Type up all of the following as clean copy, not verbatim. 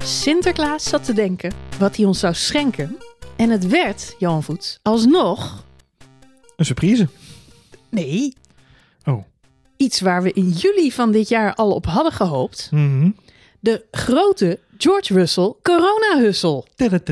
Sinterklaas zat te denken wat hij ons zou schenken. En het werd, Johan Voets, alsnog... Een surprise. Nee. Oh. Iets waar we in juli van dit jaar al op hadden gehoopt. Mm-hmm. De grote George Russell corona-hussel.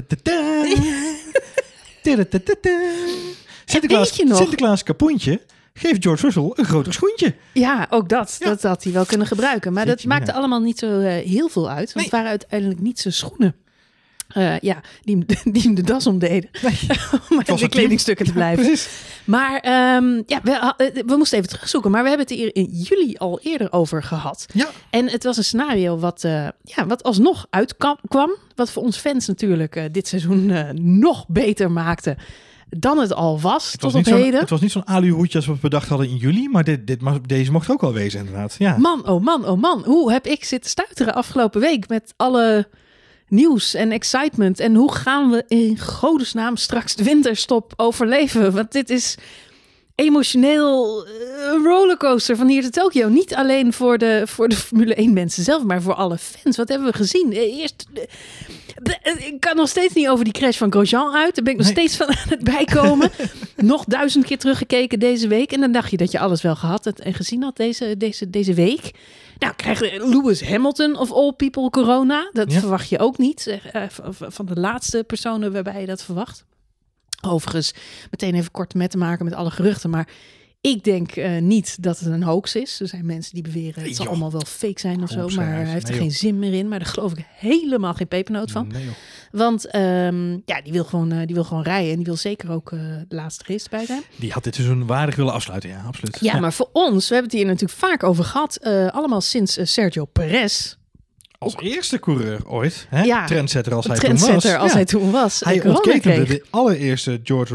Sinterklaas kapoentje geeft George Russell een groter schoentje. Ja, ook dat. Ja. Dat had hij wel kunnen gebruiken. Maar dat Jeetje, maakte mina. allemaal niet zo heel veel uit. Want Nee. het waren uiteindelijk niet zijn schoenen. Die hem de das omdeden. Nee. Om uit was de het kledingstukken te blijven. Precies. Maar we moesten even terugzoeken. Maar we hebben het hier in juli al eerder over gehad. Ja. En het was een scenario wat alsnog uitkwam. Wat voor ons fans natuurlijk dit seizoen nog beter maakte dan het al was tot op heden. Het was niet zo'n aluhoedje als we bedacht hadden in juli. Maar deze mocht ook wel wezen inderdaad. Ja. Man, oh man, oh man. Hoe heb ik zitten stuiteren afgelopen week met alle nieuws en excitement. En hoe gaan we in godesnaam straks de winterstop overleven? Want dit is emotioneel een rollercoaster van hier tot Tokio. Niet alleen voor de Formule 1 mensen zelf, maar voor alle fans. Wat hebben we gezien? Eerst... Ik kan nog steeds niet over die crash van Grosjean uit. Daar ben ik nog steeds van aan het bijkomen. Nog 1000 keer teruggekeken deze week. En dan dacht je dat je alles wel gehad en gezien had deze week. Nou, krijgt Lewis Hamilton of all people corona. Dat verwacht je ook niet. Van de laatste personen waarbij je dat verwacht. Overigens, meteen even kort met te maken met alle geruchten. Maar ik denk niet dat het een hoax is. Er zijn mensen die beweren het zal allemaal wel fake zijn of zo. Maar hij heeft er geen zin meer in. Maar daar geloof ik helemaal geen pepernoot van. Nee, joh. Want die wil gewoon rijden. En die wil zeker ook de laatste race bij zijn. Die had dit seizoen waardig willen afsluiten. Ja, absoluut. Ja, maar voor ons, we hebben het hier natuurlijk vaak over gehad. Allemaal sinds Sergio Perez. Als eerste coureur ooit. Hè? Ja, Trendsetter als hij toen was. Hij ontketende de allereerste George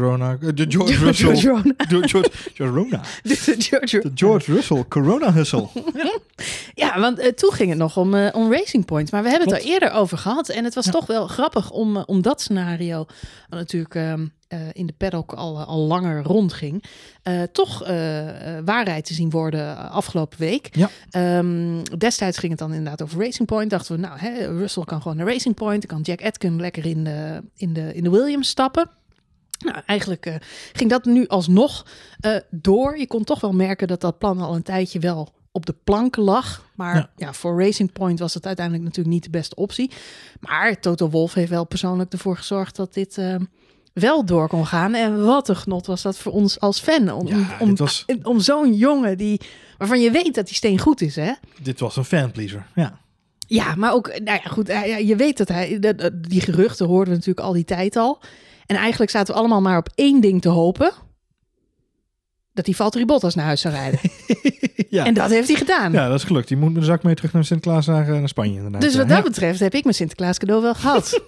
Russell corona hustle. Ja, want toen ging het nog om Racing Point. Maar we hebben het er eerder over gehad. En het was toch wel grappig om dat scenario, wat natuurlijk in de paddock al langer rondging, toch waarheid te zien worden afgelopen week. Ja. Destijds ging het dan inderdaad over Racing Point. Dachten we, Russell kan gewoon naar Racing Point. Dan kan Jack Aitken lekker in de Williams stappen. Nou, eigenlijk ging dat nu alsnog door. Je kon toch wel merken dat plan al een tijdje wel op de plank lag. Maar voor Racing Point was het uiteindelijk natuurlijk niet de beste optie. Maar Toto Wolff heeft wel persoonlijk ervoor gezorgd dat dit wel door kon gaan. En wat een genot was dat voor ons als fan. Om zo'n jongen waarvan je weet dat hij steengoed is, hè? Dit was een fanpleaser, ja. Ja, maar ook, je weet dat die geruchten hoorden we natuurlijk al die tijd al. En eigenlijk zaten we allemaal maar op één ding te hopen. Dat die Valtteri Bottas naar huis zou rijden. Ja. En dat heeft hij gedaan. Ja, dat is gelukt. Die moet met de zak mee terug naar Sinterklaas naar Spanje. Inderdaad. Dus wat dat betreft heb ik mijn Sinterklaas cadeau wel gehad.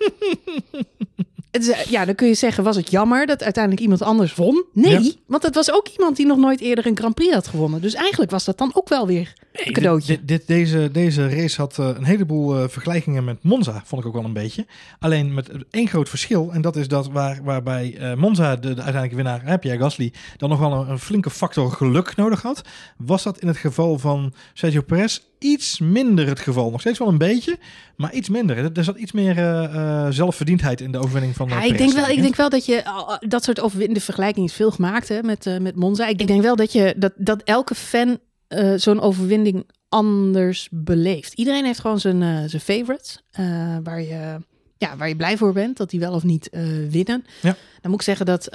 Dan kun je zeggen, was het jammer dat uiteindelijk iemand anders won? Nee, want het was ook iemand die nog nooit eerder een Grand Prix had gewonnen. Dus eigenlijk was dat dan ook wel weer een cadeautje. Deze race had een heleboel vergelijkingen met Monza, vond ik ook wel een beetje. Alleen met één groot verschil. En dat is dat waarbij Monza, de uiteindelijke winnaar, Pierre Gasly, dan nog wel een flinke factor geluk nodig had. Was dat in het geval van Sergio Perez iets minder het geval. Nog steeds wel een beetje, maar iets minder. Er zat iets meer zelfverdiendheid in de overwinning van Perez. Ik denk wel dat je dat soort de vergelijking is veel gemaakt hè, met Monza. Ik denk wel dat elke fan zo'n overwinning anders beleeft. Iedereen heeft gewoon zijn favorites, waar je blij voor bent dat die wel of niet winnen. Ja. Dan moet ik zeggen dat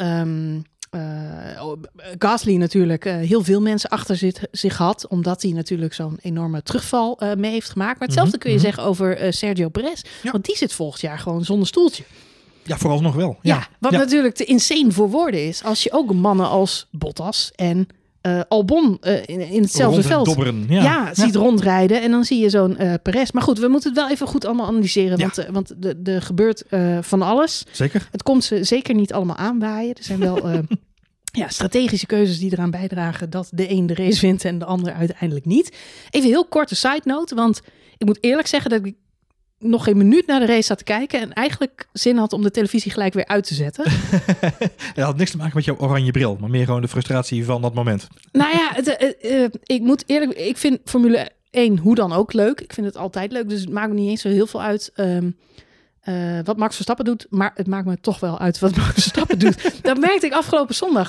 Gasly natuurlijk heel veel mensen achter zich had, omdat hij natuurlijk zo'n enorme terugval mee heeft gemaakt. Maar hetzelfde kun je zeggen over Sergio Perez, want die zit volgend jaar gewoon zonder stoeltje. Ja, vooralsnog wel. Wat natuurlijk te insane voor woorden is, als je ook mannen als Bottas en Albon in hetzelfde veld ziet rondrijden. En dan zie je zo'n Perez. Maar goed, we moeten het wel even goed allemaal analyseren. Want er gebeurt van alles. Zeker. Het komt ze zeker niet allemaal aanwaaien. Er zijn wel strategische keuzes die eraan bijdragen dat de een de race wint en de ander uiteindelijk niet. Even heel korte side note. Want ik moet eerlijk zeggen dat ik nog geen minuut naar de race zat te kijken en eigenlijk zin had om de televisie gelijk weer uit te zetten. Het had niks te maken met jouw oranje bril, maar meer gewoon de frustratie van dat moment. Nou ja, ik moet eerlijk, ik vind Formule één, hoe dan ook leuk. Ik vind het altijd leuk, dus het maakt me niet eens zo heel veel uit wat Max Verstappen doet. Maar het maakt me toch wel uit wat Max Verstappen doet. Dat merkte ik afgelopen zondag.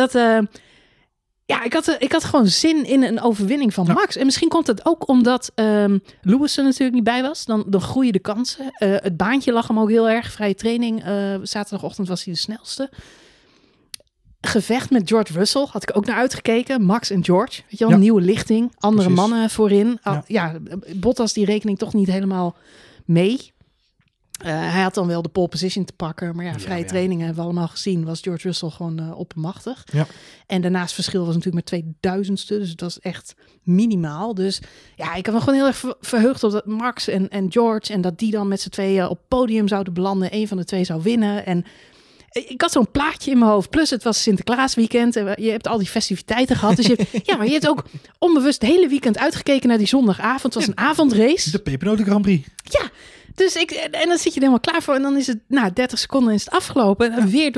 Ik had gewoon zin in een overwinning van Max. En misschien komt het ook omdat Lewis er natuurlijk niet bij was. Dan groeien de kansen. Het baantje lag hem ook heel erg. Vrije training. Zaterdagochtend was hij de snelste. Gevecht met George Russell had ik ook naar uitgekeken. Max en George. Weet je wel, nieuwe lichting. Andere mannen voorin. Bottas die rekening toch niet helemaal mee. Hij had dan wel de pole position te pakken. Maar vrije trainingen hebben we allemaal gezien. Was George Russell gewoon oppermachtig. Ja. En daarnaast verschil was natuurlijk maar 2000ste. Dus het was echt minimaal. Dus ja, ik had me gewoon heel erg verheugd op dat Max en George. En dat die dan met z'n tweeën op podium zouden belanden. Eén van de twee zou winnen. En ik had zo'n plaatje in mijn hoofd. Plus het was Sinterklaasweekend. En je hebt al die festiviteiten gehad. Dus maar je hebt ook onbewust het hele weekend uitgekeken naar die zondagavond. Het was een avondrace. De Pepernoten Grand Prix. Ja. Dus en dan zit je er helemaal klaar voor. En dan is het 30 seconden is het afgelopen. En weer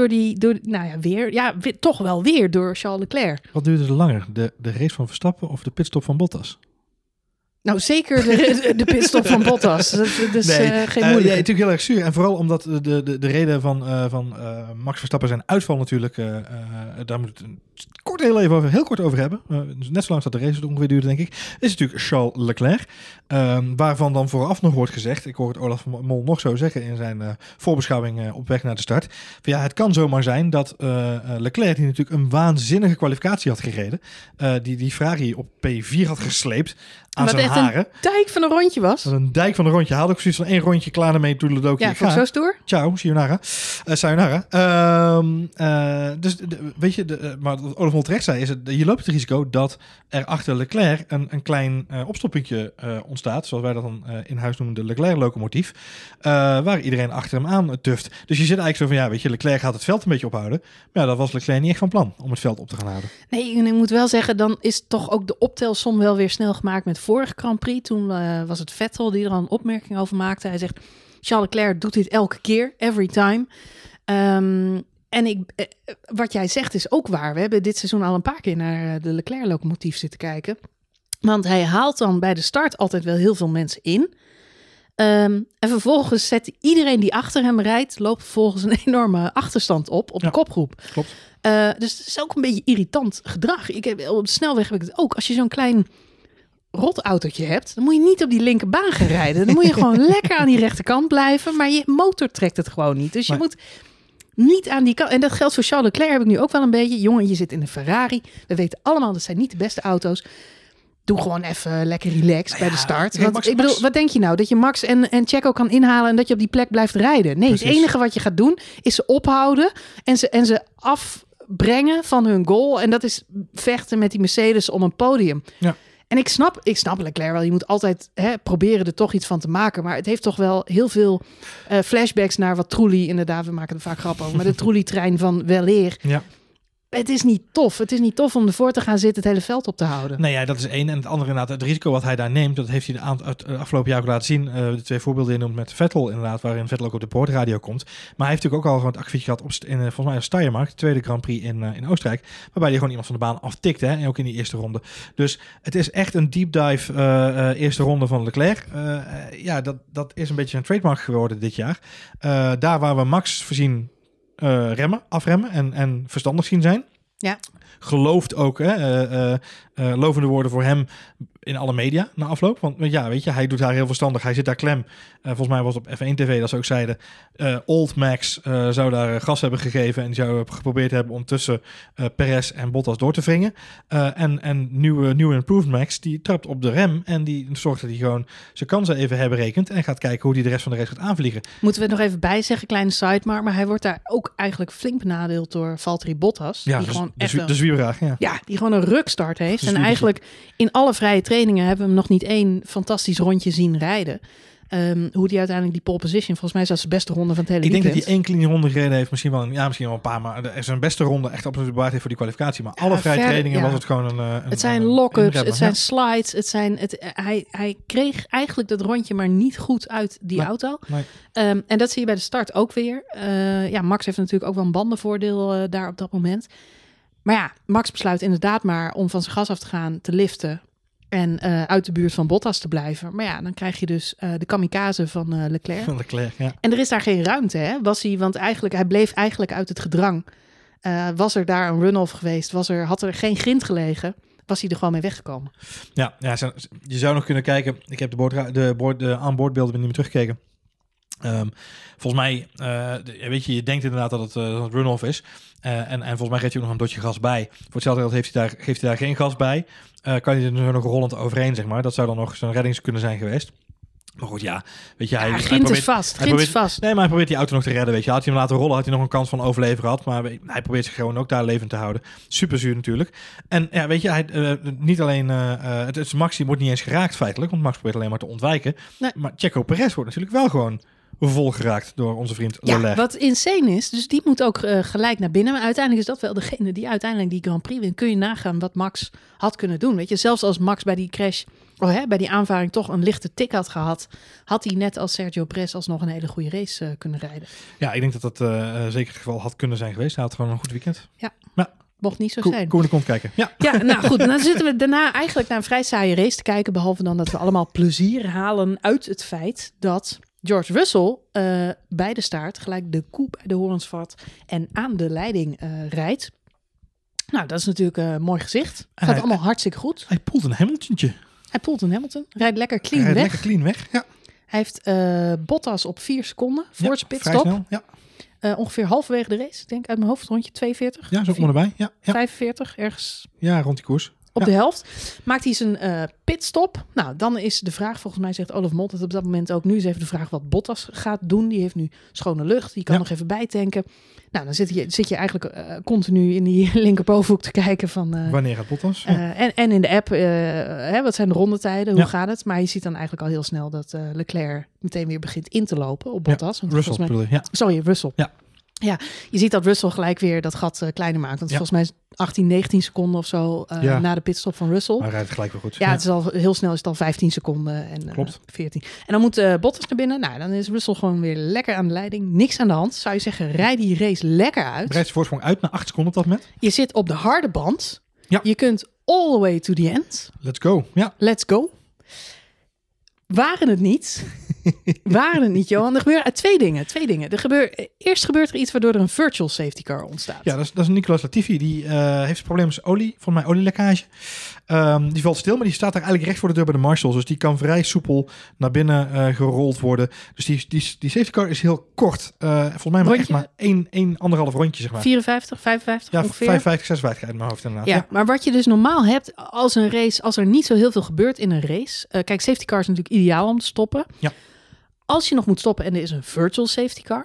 toch wel weer door Charles Leclerc. Wat duurde er langer? De race van Verstappen of de pitstop van Bottas? Nou, zeker de pitstop van Bottas. Dat is geen moeilijk. Ja, natuurlijk heel erg zuur. En vooral omdat de reden van Max Verstappen zijn uitval natuurlijk... daar moet ik het heel kort over hebben. Net zo lang dat de race ongeveer duurde, denk ik. Is natuurlijk Charles Leclerc. Waarvan dan vooraf nog wordt gezegd... Ik hoor het Olaf Mol nog zo zeggen in zijn voorbeschouwing op weg naar de start. Het kan zomaar zijn dat Leclerc, die natuurlijk een waanzinnige kwalificatie had gereden... die Ferrari op P4 had gesleept... aan zijn haren. Een dijk van een rondje was. Een dijk van een rondje. Hij had ook zoiets van 1 rondje klaar ermee. Toedeledokie. Ja, vond ik zo stoer. Ciao, sayonara. Dus weet je, maar wat Olaf Mol terecht zei, is je loopt het risico dat er achter Leclerc een klein opstoppingje ontstaat, zoals wij dat dan in huis noemen, de Leclerc-locomotief, waar iedereen achter hem aan tuft. Dus je zit eigenlijk zo van, Leclerc gaat het veld een beetje ophouden. Maar dat was Leclerc niet echt van plan om het veld op te gaan houden. Nee, en ik moet wel zeggen, dan is toch ook de optelsom wel weer snel gemaakt met vorige Grand Prix. Toen was het Vettel die er al een opmerking over maakte. Hij zegt, Charles Leclerc doet dit elke keer, every time. En wat jij zegt is ook waar. We hebben dit seizoen al een paar keer naar de Leclerc-locomotief zitten kijken. Want hij haalt dan bij de start altijd wel heel veel mensen in. En vervolgens zet iedereen die achter hem rijdt, loopt vervolgens een enorme achterstand op de kopgroep. Klopt. Dus het is ook een beetje irritant gedrag. Op de snelweg heb ik het ook. Als je zo'n klein rotautootje hebt, dan moet je niet op die linkerbaan gaan rijden. Dan moet je gewoon lekker aan die rechterkant blijven, maar je motor trekt het gewoon niet. Dus je moet niet aan die kant. En dat geldt voor Charles Leclerc, heb ik nu ook wel een beetje. Jongen, je zit in een Ferrari. We weten allemaal, dat zijn niet de beste auto's. Doe gewoon even lekker relaxed bij de start. Kijk, Want wat denk je nou? Dat je Max en Checo kan inhalen en dat je op die plek blijft rijden? Nee, precies. Het enige wat je gaat doen is ze ophouden en ze afbrengen van hun goal. En dat is vechten met die Mercedes om een podium. Ja. En ik snap Leclerc wel. Je moet altijd proberen er toch iets van te maken. Maar het heeft toch wel heel veel flashbacks naar wat Trulli, inderdaad, we maken er vaak grap over, maar de Trulli-trein van weleer. Ja. Het is niet tof. Het is niet tof om ervoor te gaan zitten het hele veld op te houden. Nee, dat is één. En het andere inderdaad, het risico wat hij daar neemt, dat heeft hij het afgelopen jaar ook laten zien. De 2 voorbeelden in noemt met Vettel inderdaad, waarin Vettel ook op de boordradio komt. Maar hij heeft natuurlijk ook al gewoon het akkefietje gehad volgens mij in Steiermark, de tweede Grand Prix in Oostenrijk, waarbij hij gewoon iemand van de baan aftikte, en ook in die eerste ronde. Dus het is echt een deep dive eerste ronde van Leclerc. Dat is een beetje een trademark geworden dit jaar. Daar waar we Max voorzien afremmen en verstandig zien zijn. Ja. Gelooft ook, lovende woorden voor hem in alle media na afloop. Want weet je, hij doet daar heel verstandig. Hij zit daar klem. Volgens mij was het op F1 TV dat ze ook zeiden, Old Max zou daar gas hebben gegeven en zou geprobeerd hebben om tussen Perez en Bottas door te wringen. En nieuwe Improved Max, die trapt op de rem en die zorgt dat hij gewoon zijn kansen even herberekent en gaat kijken hoe hij de rest van de race gaat aanvliegen. Moeten we het nog even bijzeggen, kleine sidemark, maar hij wordt daar ook eigenlijk flink benadeeld door Valtteri Bottas. Ja, die gewoon de zwieberaag. Ja, die gewoon een rukstart heeft. En eigenlijk in alle vrije trainingen hebben we hem nog niet 1 fantastisch rondje zien rijden. Hoe die uiteindelijk die pole position, volgens mij is dat zijn beste ronde van het hele weekend. Ik denk dat hij 1 clean ronde gereden heeft, misschien wel een paar, maar zijn beste ronde echt absoluut bewaard heeft voor die kwalificatie. Maar alle vrije trainingen was het gewoon het zijn lock-ups, het zijn slides, hij kreeg eigenlijk dat rondje maar niet goed uit die auto. Nee. En dat zie je bij de start ook weer. Max heeft natuurlijk ook wel een bandenvoordeel daar op dat moment. Maar ja, Max besluit inderdaad maar om van zijn gas af te gaan, te liften. En uit de buurt van Bottas te blijven. Maar ja, dan krijg je dus de kamikaze van Leclerc. Van Leclerc, ja. En er is daar geen ruimte, hè? Want hij bleef eigenlijk uit het gedrang. Was er daar een run-off geweest? Had er geen grind gelegen? Was hij er gewoon mee weggekomen? Ja, je zou nog kunnen kijken. Ik heb de aanboordbeelden niet meer teruggekeken. Volgens mij, weet je denkt inderdaad dat het run-off is. En volgens mij geeft hij ook nog een dotje gas bij. Voor hetzelfde geld geeft hij daar geen gas bij. Kan hij er nog rollend overheen, zeg maar. Dat zou dan nog zo'n redding kunnen zijn geweest. Maar goed, ja. Weet je, Grind is vast. Nee, maar hij probeert die auto nog te redden, weet je. Had hij hem laten rollen, had hij nog een kans van overleven gehad. Maar hij probeert zich gewoon ook daar levend te houden. Super zuur natuurlijk. En ja, weet je, niet alleen... het Maxi wordt niet eens geraakt feitelijk. Want Max probeert alleen maar te ontwijken. Nee. Maar Checo Perez wordt natuurlijk wel gewoon vol geraakt door onze vriend Leclerc. Ja, wat insane is. Dus die moet ook gelijk naar binnen. Maar uiteindelijk is dat wel degene die uiteindelijk die Grand Prix wint. Kun je nagaan wat Max had kunnen doen. Weet je, zelfs als Max bij die crash... bij die aanvaring toch een lichte tik had gehad, had hij net als Sergio Perez alsnog een hele goede race kunnen rijden. Ja, ik denk dat dat zeker het geval had kunnen zijn geweest. Hij had gewoon een goed weekend. Ja, maar mocht niet zo zijn. Kom de kont kijken. Ja, nou goed. Dan zitten we daarna eigenlijk naar een vrij saaie race te kijken. Behalve dan dat we allemaal plezier halen uit het feit dat George Russell bij de staart gelijk de koe bij de horens vat en aan de leiding rijdt. Nou, dat is natuurlijk een mooi gezicht. Gaat allemaal hartstikke goed. Hij poelt een Hamiltontje. Hij poelt een Hamilton. Rijdt lekker clean weg. Ja. Hij heeft Bottas op 4 seconden voor zijn pitstop. Vrij snel, ja. Ongeveer halverwege de race. Ik denk uit mijn hoofd rondje 42. Ja, zo om erbij. Ja. 45, ergens. Ja, rond die koers. Op de helft. Maakt hij zijn pitstop. Nou, dan is de vraag, volgens mij zegt Olaf Mol het op dat moment ook nu, is even de vraag wat Bottas gaat doen. Die heeft nu schone lucht. Die kan nog even bijtanken. Nou, dan zit je eigenlijk continu in die linkerbovenhoek te kijken van... wanneer gaat Bottas? En in de app, wat zijn de rondetijden? Hoe gaat het? Maar je ziet dan eigenlijk al heel snel dat Leclerc meteen weer begint in te lopen op Bottas. Ja, Russell. Sorry, Russell. Ja, je ziet dat Russell gelijk weer dat gat kleiner maakt. Want volgens mij is 18, 19 seconden of zo na de pitstop van Russell. Maar hij rijdt gelijk weer goed. Ja, het is al heel snel is het al 15 seconden en 14. En dan moet Bottas naar binnen. Nou, dan is Russell gewoon weer lekker aan de leiding. Niks aan de hand. Zou je zeggen, rij die race lekker uit. Rijdt zijn voorsprong uit naar 8 seconden op dat moment. Je zit op de harde band. Ja. Je kunt all the way to the end. Let's go. Ja. Let's go. Waren het niet, Johan? Er gebeuren twee dingen. Eerst gebeurt er iets waardoor er een virtual safety car ontstaat. Ja, dat is Nicolas Latifi. Die heeft problemen met olie, volgens mij olielekkage. Die valt stil, maar die staat daar eigenlijk recht voor de deur bij de marshals. Dus die kan vrij soepel naar binnen gerold worden. Dus die safety car is heel kort. Volgens mij maar echt maar 1,5 rondje, zeg maar. 54, 55 ja, ongeveer? 55, 56 uit mijn hoofd inderdaad. Ja, maar wat je dus normaal hebt als een race, als er niet zo heel veel gebeurt in een race. Kijk, safety car is natuurlijk ideaal om te stoppen. Ja. Als je nog moet stoppen en er is een virtual safety car,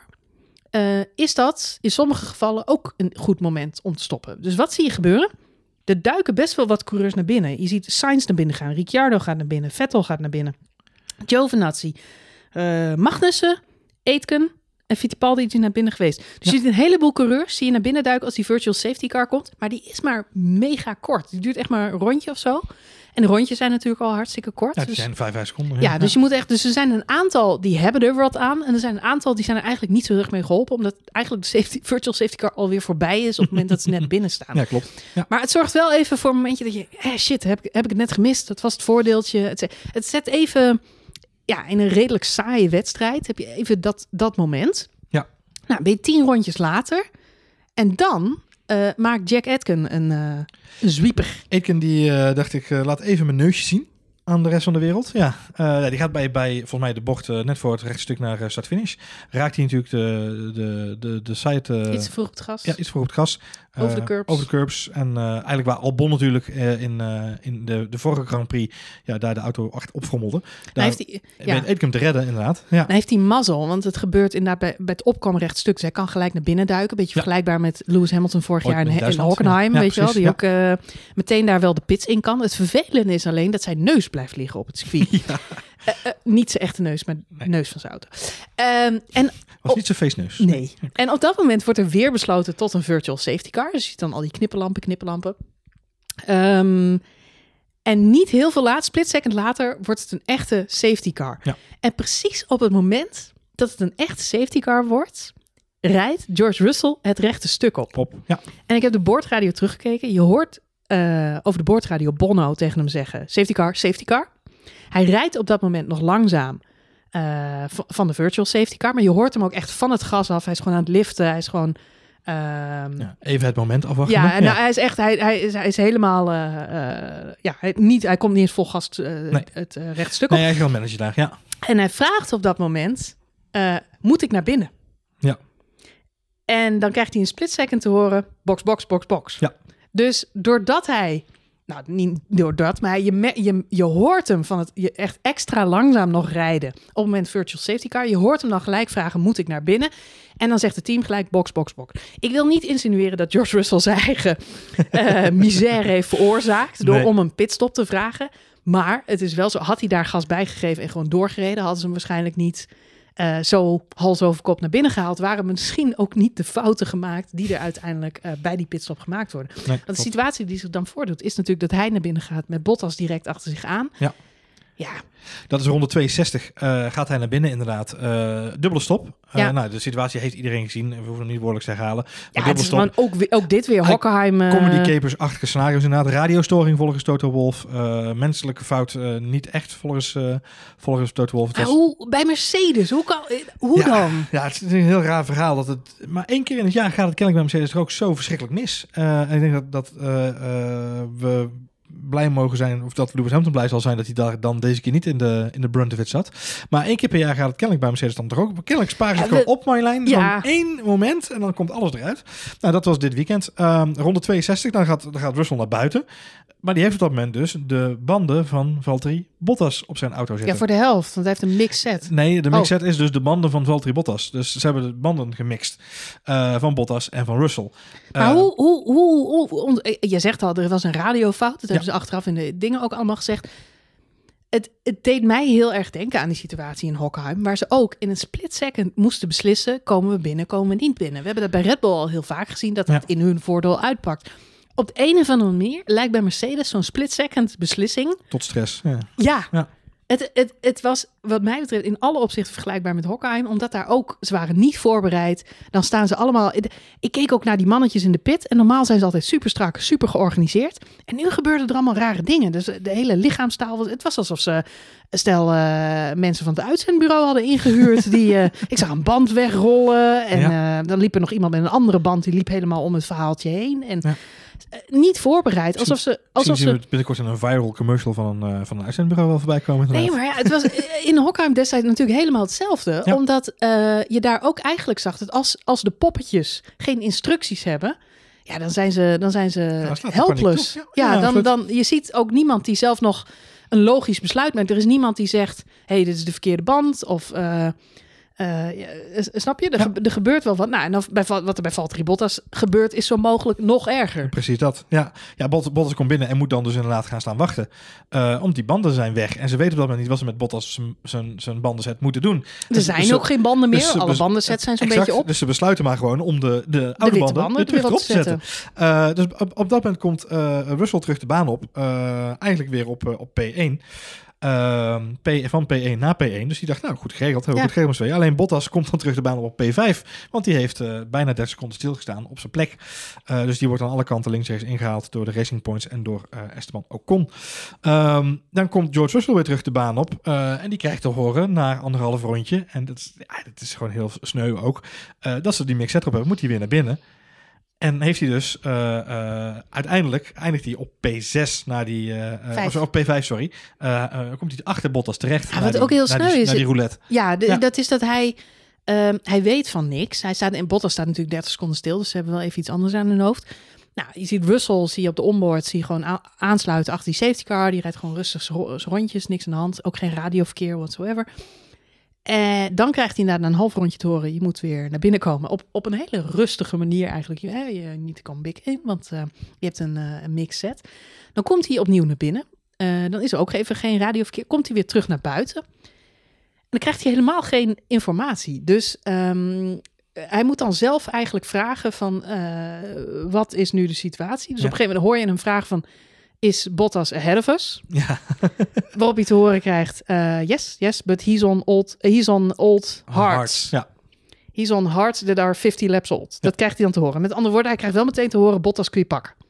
is dat in sommige gevallen ook een goed moment om te stoppen. Dus wat zie je gebeuren? Er duiken best wel wat coureurs naar binnen. Je ziet Sainz naar binnen gaan, Ricciardo gaat naar binnen, Vettel gaat naar binnen, Giovinazzi, Magnussen, Aitken en Fittipaldi is naar binnen geweest. Dus je ziet een heleboel coureurs zie je naar binnen duiken als die virtual safety car komt, maar die is maar mega kort. Die duurt echt maar een rondje of zo. En de rondjes zijn natuurlijk al hartstikke kort. Ja, die zijn 5 seconden. Ja, dus je moet echt. Dus er zijn een aantal die hebben er wat aan. En er zijn een aantal die zijn er eigenlijk niet zo erg mee geholpen. Omdat eigenlijk de virtual safety car alweer voorbij is op het moment dat ze net binnen staan. Ja, klopt. Ja. Maar het zorgt wel even voor een momentje dat je... shit, heb ik het net gemist? Dat was het voordeeltje. Het zet even... Ja, in een redelijk saaie wedstrijd heb je even dat moment. Ja. Nou, ben je 10 rondjes later. En dan... maakt Jack Aitken een zwieper. Aitken die dacht ik, laat even mijn neusje zien aan de rest van de wereld. Ja, die gaat bij volgens mij de bocht net voor het rechtstuk naar start-finish. Raakt hij natuurlijk de side... iets vroeg op het gas. Ja, iets vroeg op het gas. Over de curbs. En eigenlijk waar Albon natuurlijk in de vorige Grand Prix daar de auto achter opfrommelde. Daar heeft hij Aitken te redden inderdaad. Ja. Dan heeft hij mazzel, want het gebeurt inderdaad bij het opkomen rechtstuk. Dus hij kan gelijk naar binnen duiken. Beetje vergelijkbaar met Lewis Hamilton vorig jaar in Hockenheim. Weet je wel, die ook meteen daar wel de pits in kan. Het vervelende is alleen dat zijn neus blijft liggen op het circuit. Ja. Niet zijn echte neus, maar de neus van zijn auto. Was niet zijn feestneus. Nee. En op dat moment wordt er weer besloten tot een virtual safety car. Dus je ziet dan al die knipperlampen. En niet heel veel later, split second later, wordt het een echte safety car. Ja. En precies op het moment dat het een echte safety car wordt, rijdt George Russell het rechte stuk op. Ja. En ik heb de boordradio teruggekeken. Je hoort over de boordradio Bono tegen hem zeggen, safety car, safety car. Hij rijdt op dat moment nog langzaam van de virtual safety car, maar je hoort hem ook echt van het gas af. Hij is gewoon aan het liften, hij is gewoon... even het moment afwachten. Ja, nou, hij is echt, hij is helemaal, hij komt niet eens vol gas het rechtstuk op. Nee, hij is wel manager daar, ja. En hij vraagt op dat moment, moet ik naar binnen? Ja. En dan krijgt hij een split second te horen, box, box, box, box. Ja. Dus doordat hij, nou niet doordat, maar je hoort hem echt extra langzaam nog rijden op het moment virtual safety car. Je hoort hem dan gelijk vragen, moet ik naar binnen? En dan zegt het team gelijk box, box, box. Ik wil niet insinueren dat George Russell zijn eigen misère heeft veroorzaakt door om een pitstop te vragen. Maar het is wel zo, had hij daar gas bij gegeven en gewoon doorgereden, hadden ze hem waarschijnlijk niet zo hals over kop naar binnen gehaald. Waren misschien ook niet de fouten gemaakt die er uiteindelijk bij die pitstop gemaakt worden. Nee, Want de situatie die zich dan voordoet is natuurlijk dat hij naar binnen gaat met Bottas direct achter zich aan. Ja. Ja. Dat is ronde 62. Gaat hij naar binnen inderdaad. Dubbele stop. Nou, de situatie heeft iedereen gezien. We hoeven hem niet woordelijk te herhalen. Ja, het is gewoon ook dit weer Hockenheim. Comedy capers-achtige scenario's inderdaad. Radiostoring volgens Toto Wolff. Menselijke fout niet echt volgens Toto Wolff. Hoe bij Mercedes? Hoe dan? Ja, het is een heel raar verhaal. Maar 1 keer in het jaar gaat het kennelijk bij Mercedes er ook zo verschrikkelijk mis. En ik denk dat we blij mogen zijn, of dat Lewis Hamilton blij zal zijn dat hij daar dan deze keer niet in de brunt of it zat. Maar 1 keer per jaar gaat het kennelijk bij Mercedes dan toch ook. Kennelijk sparen ze het gewoon op, Marjolein. Van 1 moment en dan komt alles eruit. Nou, dat was dit weekend. Ronde 62, dan gaat Russell naar buiten. Maar die heeft op dat moment dus de banden van Valtteri Bottas op zijn auto zitten. Ja, voor de helft, want hij heeft een mix set. Nee, de mix set is dus de banden van Valtteri Bottas. Dus ze hebben de banden gemixt van Bottas en van Russell. Maar je zegt al, er was een radiofout. Dat hebben ze achteraf in de dingen ook allemaal gezegd. Het deed mij heel erg denken aan die situatie in Hockenheim, waar ze ook in een split second moesten beslissen, komen we binnen, komen we niet binnen. We hebben dat bij Red Bull al heel vaak gezien, dat het in hun voordeel uitpakt. Op de een of andere manier lijkt bij Mercedes zo'n split-second beslissing. Tot stress. Ja. Het was wat mij betreft in alle opzichten vergelijkbaar met Hockenheim. Omdat daar ook, ze waren niet voorbereid. Dan staan ze allemaal... Ik keek ook naar die mannetjes in de pit. En normaal zijn ze altijd super strak, super georganiseerd. En nu gebeurden er allemaal rare dingen. Dus de hele lichaamstaal... Het was alsof ze mensen van het uitzendbureau hadden ingehuurd. Ik zag een band wegrollen. En dan liep er nog iemand met een andere band. Die liep helemaal om het verhaaltje heen. En... niet voorbereid. Alsof ze binnenkort in een viral commercial van een uitzendbureau wel voorbij komen. Nee, maar het was in Hockenheim destijds natuurlijk helemaal hetzelfde. Ja. Omdat je daar ook eigenlijk zag dat als de poppetjes geen instructies hebben, ja, dan zijn ze helpless. Dan je ziet ook niemand die zelf nog een logisch besluit maakt. Er is niemand die zegt, hey, dit is de verkeerde band of... snap je? Er gebeurt wel wat. Nou, en dan wat er bij Valtteri Bottas gebeurt, is zo mogelijk nog erger. Precies dat. Ja, Bottas komt binnen en moet dan dus inderdaad gaan staan wachten. Omdat die banden zijn weg. En ze weten op dat moment niet wat ze met Bottas zijn bandenset moeten doen. Er zijn ook geen banden meer. Alle bandensets zijn zo'n beetje op. Dus ze besluiten maar gewoon om de oude banden terug op te zetten. Dus op dat moment komt Russell terug de baan op. Eigenlijk weer op P1. Van P1 naar P1. Dus die dacht, nou goed geregeld. Goed geregeld met alleen Bottas komt dan terug de baan op P5. Want die heeft bijna 30 seconden stilgestaan op zijn plek. Dus die wordt aan alle kanten links-rechts ingehaald door de Racing Points en door Esteban Ocon. Dan komt George Russell weer terug de baan op. En die krijgt te horen na 1,5 rondje. En dat is gewoon heel sneu ook. Dat ze die mix set op hebben, moet hij weer naar binnen. En heeft hij dus uiteindelijk eindigt hij op P6 naar die of op P5, sorry. Komt hij achter Bottas terecht. Ja, wat ook heel sneu is. Naar die roulette. Ja, dat is dat hij weet van niks. Bottas staat natuurlijk 30 seconden stil, dus ze hebben wel even iets anders aan hun hoofd. Nou, je ziet Russell, op de onboard, gewoon aansluiten achter die safety car. Die rijdt gewoon rustig zijn rondjes, niks aan de hand. Ook geen radioverkeer whatsoever. Dan krijgt hij na een half rondje te horen, je moet weer naar binnen komen. Op een hele rustige manier eigenlijk. Je niet come big in, want je hebt een mix set. Dan komt hij opnieuw naar binnen. Dan is er ook even geen radioverkeer. Komt hij weer terug naar buiten. En dan krijgt hij helemaal geen informatie. Dus hij moet dan zelf eigenlijk vragen van wat is nu de situatie? Dus op een gegeven moment hoor je hem vragen van, is Bottas ahead of us? Ja. Waarop hij te horen krijgt, yes, but he's on old hards. Ja. He's on hards that are 50 laps old. Dat krijgt hij dan te horen. Met andere woorden, hij krijgt wel meteen te horen, Bottas kun je pakken. Ja.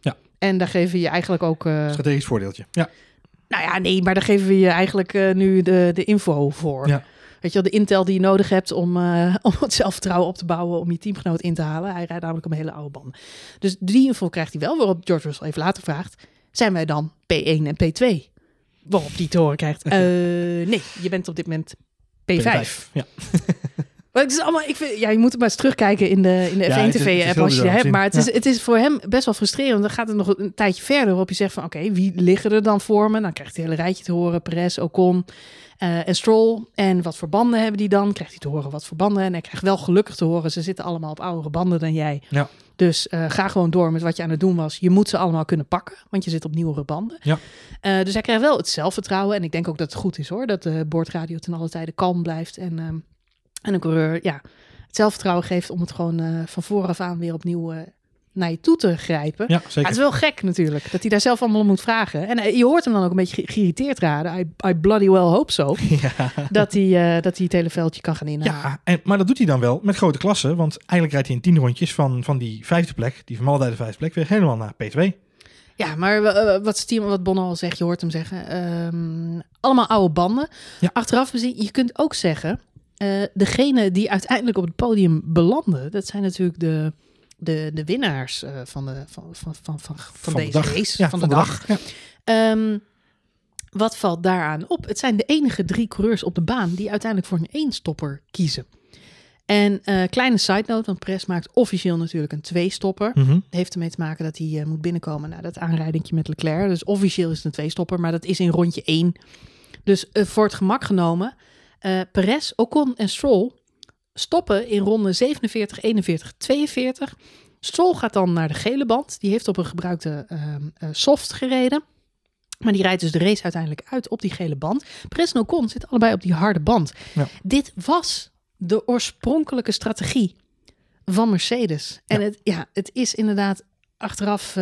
En daar geven we je eigenlijk ook... strategisch voordeeltje, ja. Nou ja, nee, maar daar geven we je eigenlijk nu de info voor. Ja. Weet je wel, de intel die je nodig hebt om het zelfvertrouwen op te bouwen, om je teamgenoot in te halen. Hij rijdt namelijk een hele oude banden. Dus die info krijgt hij wel, waarop George Russell even later vraagt, zijn wij dan P1 en P2? Waarop die te horen krijgt, nee, je bent op dit moment P5. Ja. Maar het is allemaal, je moet het maar eens terugkijken in de F1 TV-app als je die hebt. Maar het is voor hem best wel frustrerend. Dan gaat het nog een tijdje verder waarop je zegt van oké, wie liggen er dan voor me? Dan krijgt hij een hele rijtje te horen. Perez, Ocon en Stroll. En wat voor banden hebben die dan? Krijgt hij te horen wat voor banden. En hij krijgt wel gelukkig te horen, ze zitten allemaal op oudere banden dan jij. Ja. Dus ga gewoon door met wat je aan het doen was. Je moet ze allemaal kunnen pakken, want je zit op nieuwere banden. Ja. Dus hij krijgt wel het zelfvertrouwen. En ik denk ook dat het goed is hoor, dat de boordradio ten alle tijde kalm blijft. En een coureur het zelfvertrouwen geeft om het gewoon van vooraf aan weer opnieuw naar je toe te grijpen. Ja, zeker. Maar het is wel gek natuurlijk, dat hij daar zelf allemaal om moet vragen. En je hoort hem dan ook een beetje geïrriteerd raden. I bloody well hope so. Ja. Dat hij het hele veldje kan gaan inhalen. Ja, maar dat doet hij dan wel met grote klassen. Want eigenlijk rijdt hij in 10 rondjes van die 5e plek, die van Malda de 5e plek, weer helemaal naar P2. Ja, maar wat Bonne al zegt, je hoort hem zeggen. Allemaal oude banden. Ja. Achteraf bezien, je kunt ook zeggen, degene die uiteindelijk op het podium belanden, dat zijn natuurlijk de winnaars van deze race. Ja, van de dag. Ja. Wat valt daaraan op? Het zijn de enige 3 coureurs op de baan die uiteindelijk voor een 1-stopper kiezen. En kleine side note, want Perez maakt officieel natuurlijk een 2-stopper. Mm-hmm. Heeft ermee te maken dat hij moet binnenkomen na dat aanrijdingje met Leclerc. Dus officieel is het een 2-stopper, maar dat is in rondje 1. Dus voor het gemak genomen, Perez, Ocon en Stroll stoppen in ronde 47, 41, 42. Stroll gaat dan naar de gele band. Die heeft op een gebruikte soft gereden. Maar die rijdt dus de race uiteindelijk uit op die gele band. Perez en Ocon zitten allebei op die harde band. Ja. Dit was de oorspronkelijke strategie van Mercedes. En het is inderdaad achteraf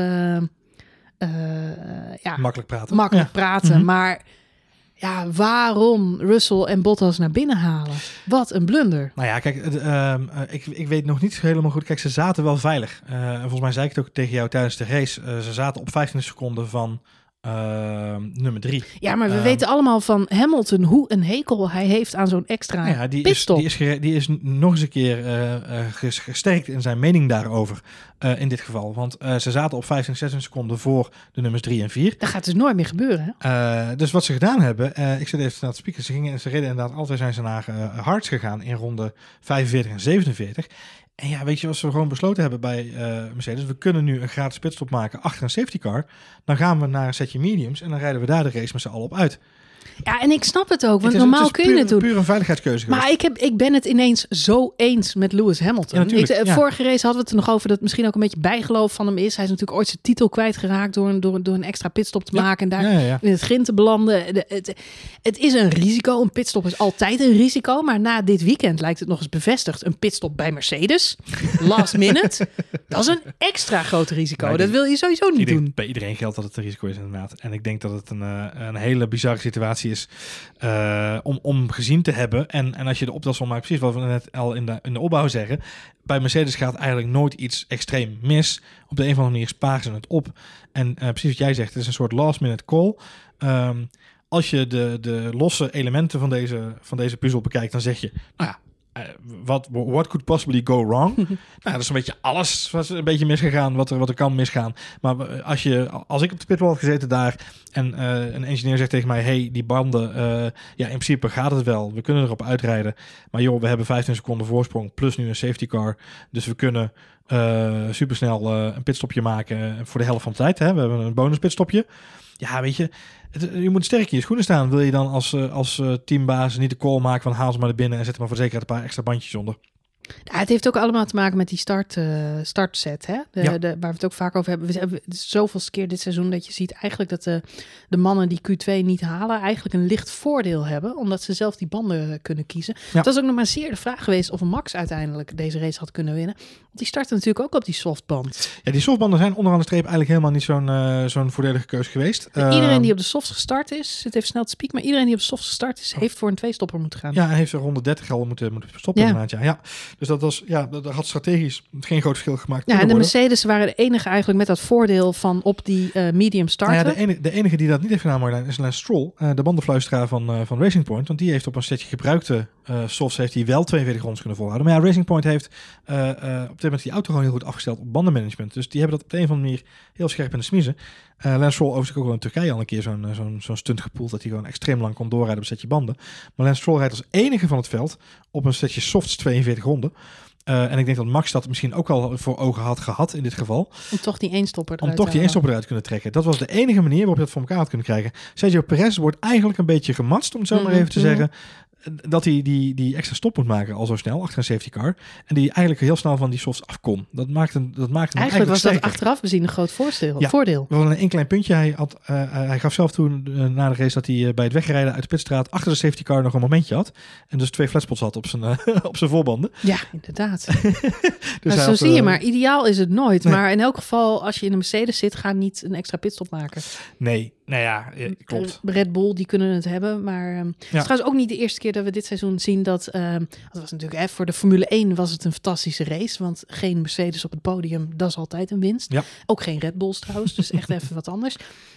makkelijk praten. Makkelijk praten, Mm-hmm. maar ja, waarom Russell en Bottas naar binnen halen? Wat een blunder. Nou ja, kijk, ik weet nog niet helemaal goed. Kijk, ze zaten wel veilig. Volgens mij zei ik het ook tegen jou tijdens de race. Ze zaten op 15 seconden van nummer 3. Ja, maar we weten allemaal van Hamilton hoe een hekel hij heeft aan zo'n extra pitstop. Die is nog eens een keer gesterkt in zijn mening daarover. In dit geval. Want ze zaten op 15, 16 seconden voor de nummers 3 en 4. Dat gaat dus nooit meer gebeuren. Hè? Dus wat ze gedaan hebben, ik zit even naar het spieken. Ze reden inderdaad altijd zijn ze naar hards gegaan in ronde 45 en 47. En ja, weet je wat ze gewoon besloten hebben bij Mercedes? We kunnen nu een gratis pitstop maken achter een safety car. Dan gaan we naar een setje mediums en dan rijden we daar de race met z'n allen op uit. Ja, en ik snap het ook, want normaal kun je het doen. Puur een veiligheidskeuze geweest. Maar ik ben het ineens zo eens met Lewis Hamilton. Ja, vorige race hadden we het er nog over dat het misschien ook een beetje bijgeloof van hem is. Hij is natuurlijk ooit zijn titel kwijtgeraakt door een extra pitstop te maken en daar in het grind te belanden. Het is een risico. Een pitstop is altijd een risico. Maar na dit weekend lijkt het nog eens bevestigd. Een pitstop bij Mercedes, last minute, dat is een extra groot risico. Nou, dat wil je sowieso niet doen. Bij iedereen geldt dat het een risico is inderdaad. En ik denk dat het een hele bizarre situatie is om gezien te hebben. En als je de optelsom maakt, precies wat we net al in de opbouw zeggen, bij Mercedes gaat eigenlijk nooit iets extreem mis. Op de een of andere manier sparen ze het op. En precies wat jij zegt, het is een soort last minute call. Als je de losse elementen van deze puzzel bekijkt, dan zeg je, nou ja, what could possibly go wrong? Nou, dat is een beetje alles was een beetje misgegaan wat er kan misgaan. Maar als ik op de pitwall had gezeten daar en een engineer zegt tegen mij, hey, die banden, in principe gaat het wel. We kunnen erop uitrijden. Maar joh, we hebben 15 seconden voorsprong plus nu een safety car. Dus we kunnen supersnel een pitstopje maken voor de helft van de tijd. Hè? We hebben een bonus pitstopje. Ja, weet je, je moet sterk in je schoenen staan. Wil je dan als teambaas niet de call maken van haal ze maar naar binnen en zet er maar voor zekerheid een paar extra bandjes onder? Ja, het heeft ook allemaal te maken met die startset, hè? Waar we het ook vaak over hebben. We hebben zoveel keer dit seizoen dat je ziet eigenlijk dat de mannen die Q2 niet halen eigenlijk een licht voordeel hebben, omdat ze zelf die banden kunnen kiezen. Ja. Het was ook nog maar zeer de vraag geweest of Max uiteindelijk deze race had kunnen winnen. Want die startte natuurlijk ook op die softband. Ja, die softbanden zijn onderaan de streep eigenlijk helemaal niet zo'n voordelige keus geweest. Iedereen die op de softs gestart is, zit even snel te spieken, maar iedereen die op de softs gestart is, heeft voor een 2-stopper moeten gaan. Ja, en heeft ze ronde 30 al moeten stoppen inderdaad. Ja. Dus dat was, dat had strategisch geen groot verschil gemaakt. Ja, en de Mercedes waren de enige eigenlijk met dat voordeel van op die medium starten. De enige die dat niet heeft gedaan, Marlijn, is Lance Stroll, de bandenfluisteraar van Racing Point. Want die heeft op een setje gebruikte softs heeft hij wel 42 rondes kunnen volhouden. Maar ja, Racing Point heeft op dit moment die auto gewoon heel goed afgesteld op bandenmanagement. Dus die hebben dat op de een of andere manier heel scherp in de smiezen. Lance Stroll overigens ook wel in Turkije al een keer zo'n stunt gepoeld dat hij gewoon extreem lang kon doorrijden op een setje banden. Maar Lance Stroll rijdt als enige van het veld op een setje softs 42 ronden. En ik denk dat Max dat misschien ook al voor ogen had gehad in dit geval. Om toch die eenstopper eruit te kunnen trekken. Dat was de enige manier waarop je dat voor elkaar had kunnen krijgen. Sergio Perez wordt eigenlijk een beetje gematst, om het zo maar even te zeggen. Dat hij die extra stop moet maken al zo snel achter een safety car. En die eigenlijk heel snel van die softs af kon. Dat maakte hem eigenlijk was sterker. Dat achteraf bezien een groot voordeel. Wel een klein puntje. Hij gaf zelf toen na de race dat hij bij het wegrijden uit de pitstraat achter de safety car nog een momentje had. En dus 2 flatspots had op zijn voorbanden. Ja, inderdaad. Dus zo zie je maar. Ideaal is het nooit. Nee. Maar in elk geval, als je in een Mercedes zit, ga niet een extra pitstop maken. Nee. Nou ja, klopt. Red Bull, die kunnen het hebben. Maar het is trouwens ook niet de eerste keer dat we dit seizoen zien dat was natuurlijk voor de Formule 1 was het een fantastische race. Want geen Mercedes op het podium, dat is altijd een winst. Ja. Ook geen Red Bulls trouwens, dus echt even wat anders.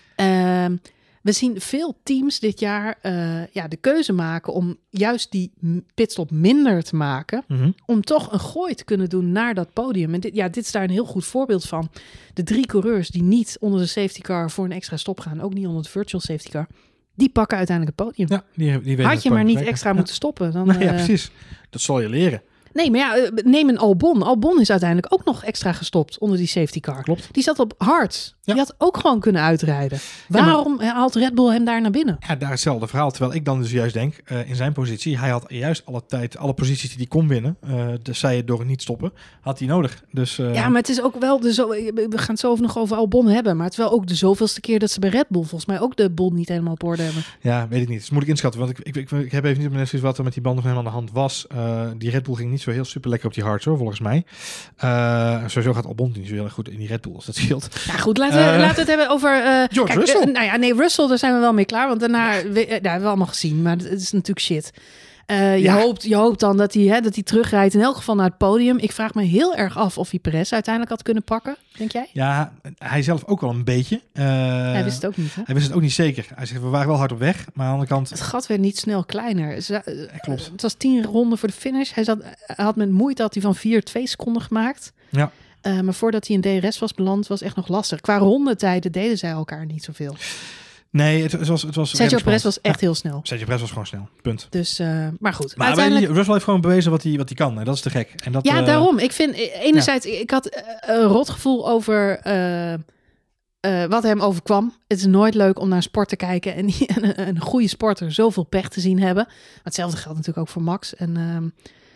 We zien veel teams dit jaar de keuze maken om juist die pitstop minder te maken. Mm-hmm. Om toch een gooi te kunnen doen naar dat podium. En dit is daar een heel goed voorbeeld van. De 3 coureurs die niet onder de safety car voor een extra stop gaan. Ook niet onder de virtual safety car. Die pakken uiteindelijk het podium. Ja, die had je maar niet extra moeten stoppen. Dan, ja, precies. Dat zal je leren. Nee, maar neem een Albon. Albon is uiteindelijk ook nog extra gestopt onder die safety car. Klopt. Die zat op hards. Ja. Die had ook gewoon kunnen uitrijden. Waarom haalt Red Bull hem daar naar binnen? Ja, daar is hetzelfde verhaal. Terwijl ik dan dus juist denk, in zijn positie, hij had juist alle posities die hij kon winnen, dus zij het door het niet stoppen, had hij nodig. Dus, ja, maar het is ook wel, we gaan het zo nog over Albon hebben, maar het is wel ook de zoveelste keer dat ze bij Red Bull volgens mij ook de boel niet helemaal op orde hebben. Ja, weet ik niet. Dat moet ik inschatten, want ik heb even niet op mijn netvlies wat er met die banden van hem aan de hand was. Die Red Bull ging niet zo heel super lekker op die hards hoor, volgens mij. Sowieso gaat Albon niet zo heel erg goed in die Red Bulls, dat scheelt. Ja goed, laten we het hebben over George Russell. Russell, daar zijn we wel mee klaar, want daarna hebben we allemaal gezien, maar het is natuurlijk shit. Je hoopt dan dat hij terugrijdt in elk geval naar het podium. Ik vraag me heel erg af of hij Perez uiteindelijk had kunnen pakken, denk jij? Ja, hij zelf ook wel een beetje. Hij wist het ook niet, hè? Hij wist het ook niet zeker. Hij zegt, we waren wel hard op weg, maar aan de andere kant... Het gat werd niet snel kleiner. Klopt. Het was 10 ronden voor de finish. Hij had met moeite 4 2 seconden gemaakt. Ja. Maar voordat hij in DRS was beland, was echt nog lastig. Qua rondetijden deden zij elkaar niet zoveel. Nee, het was Sergio Perez was echt heel snel. Sergio Perez was gewoon snel, punt. Dus, maar goed. Maar uiteindelijk... Russell heeft gewoon bewezen wat hij kan. En dat is te gek. En dat, daarom. Ik vind enerzijds, ik had een rot gevoel over wat hem overkwam. Het is nooit leuk om naar een sport te kijken en een goede sporter zoveel pech te zien hebben. Maar hetzelfde geldt natuurlijk ook voor Max. En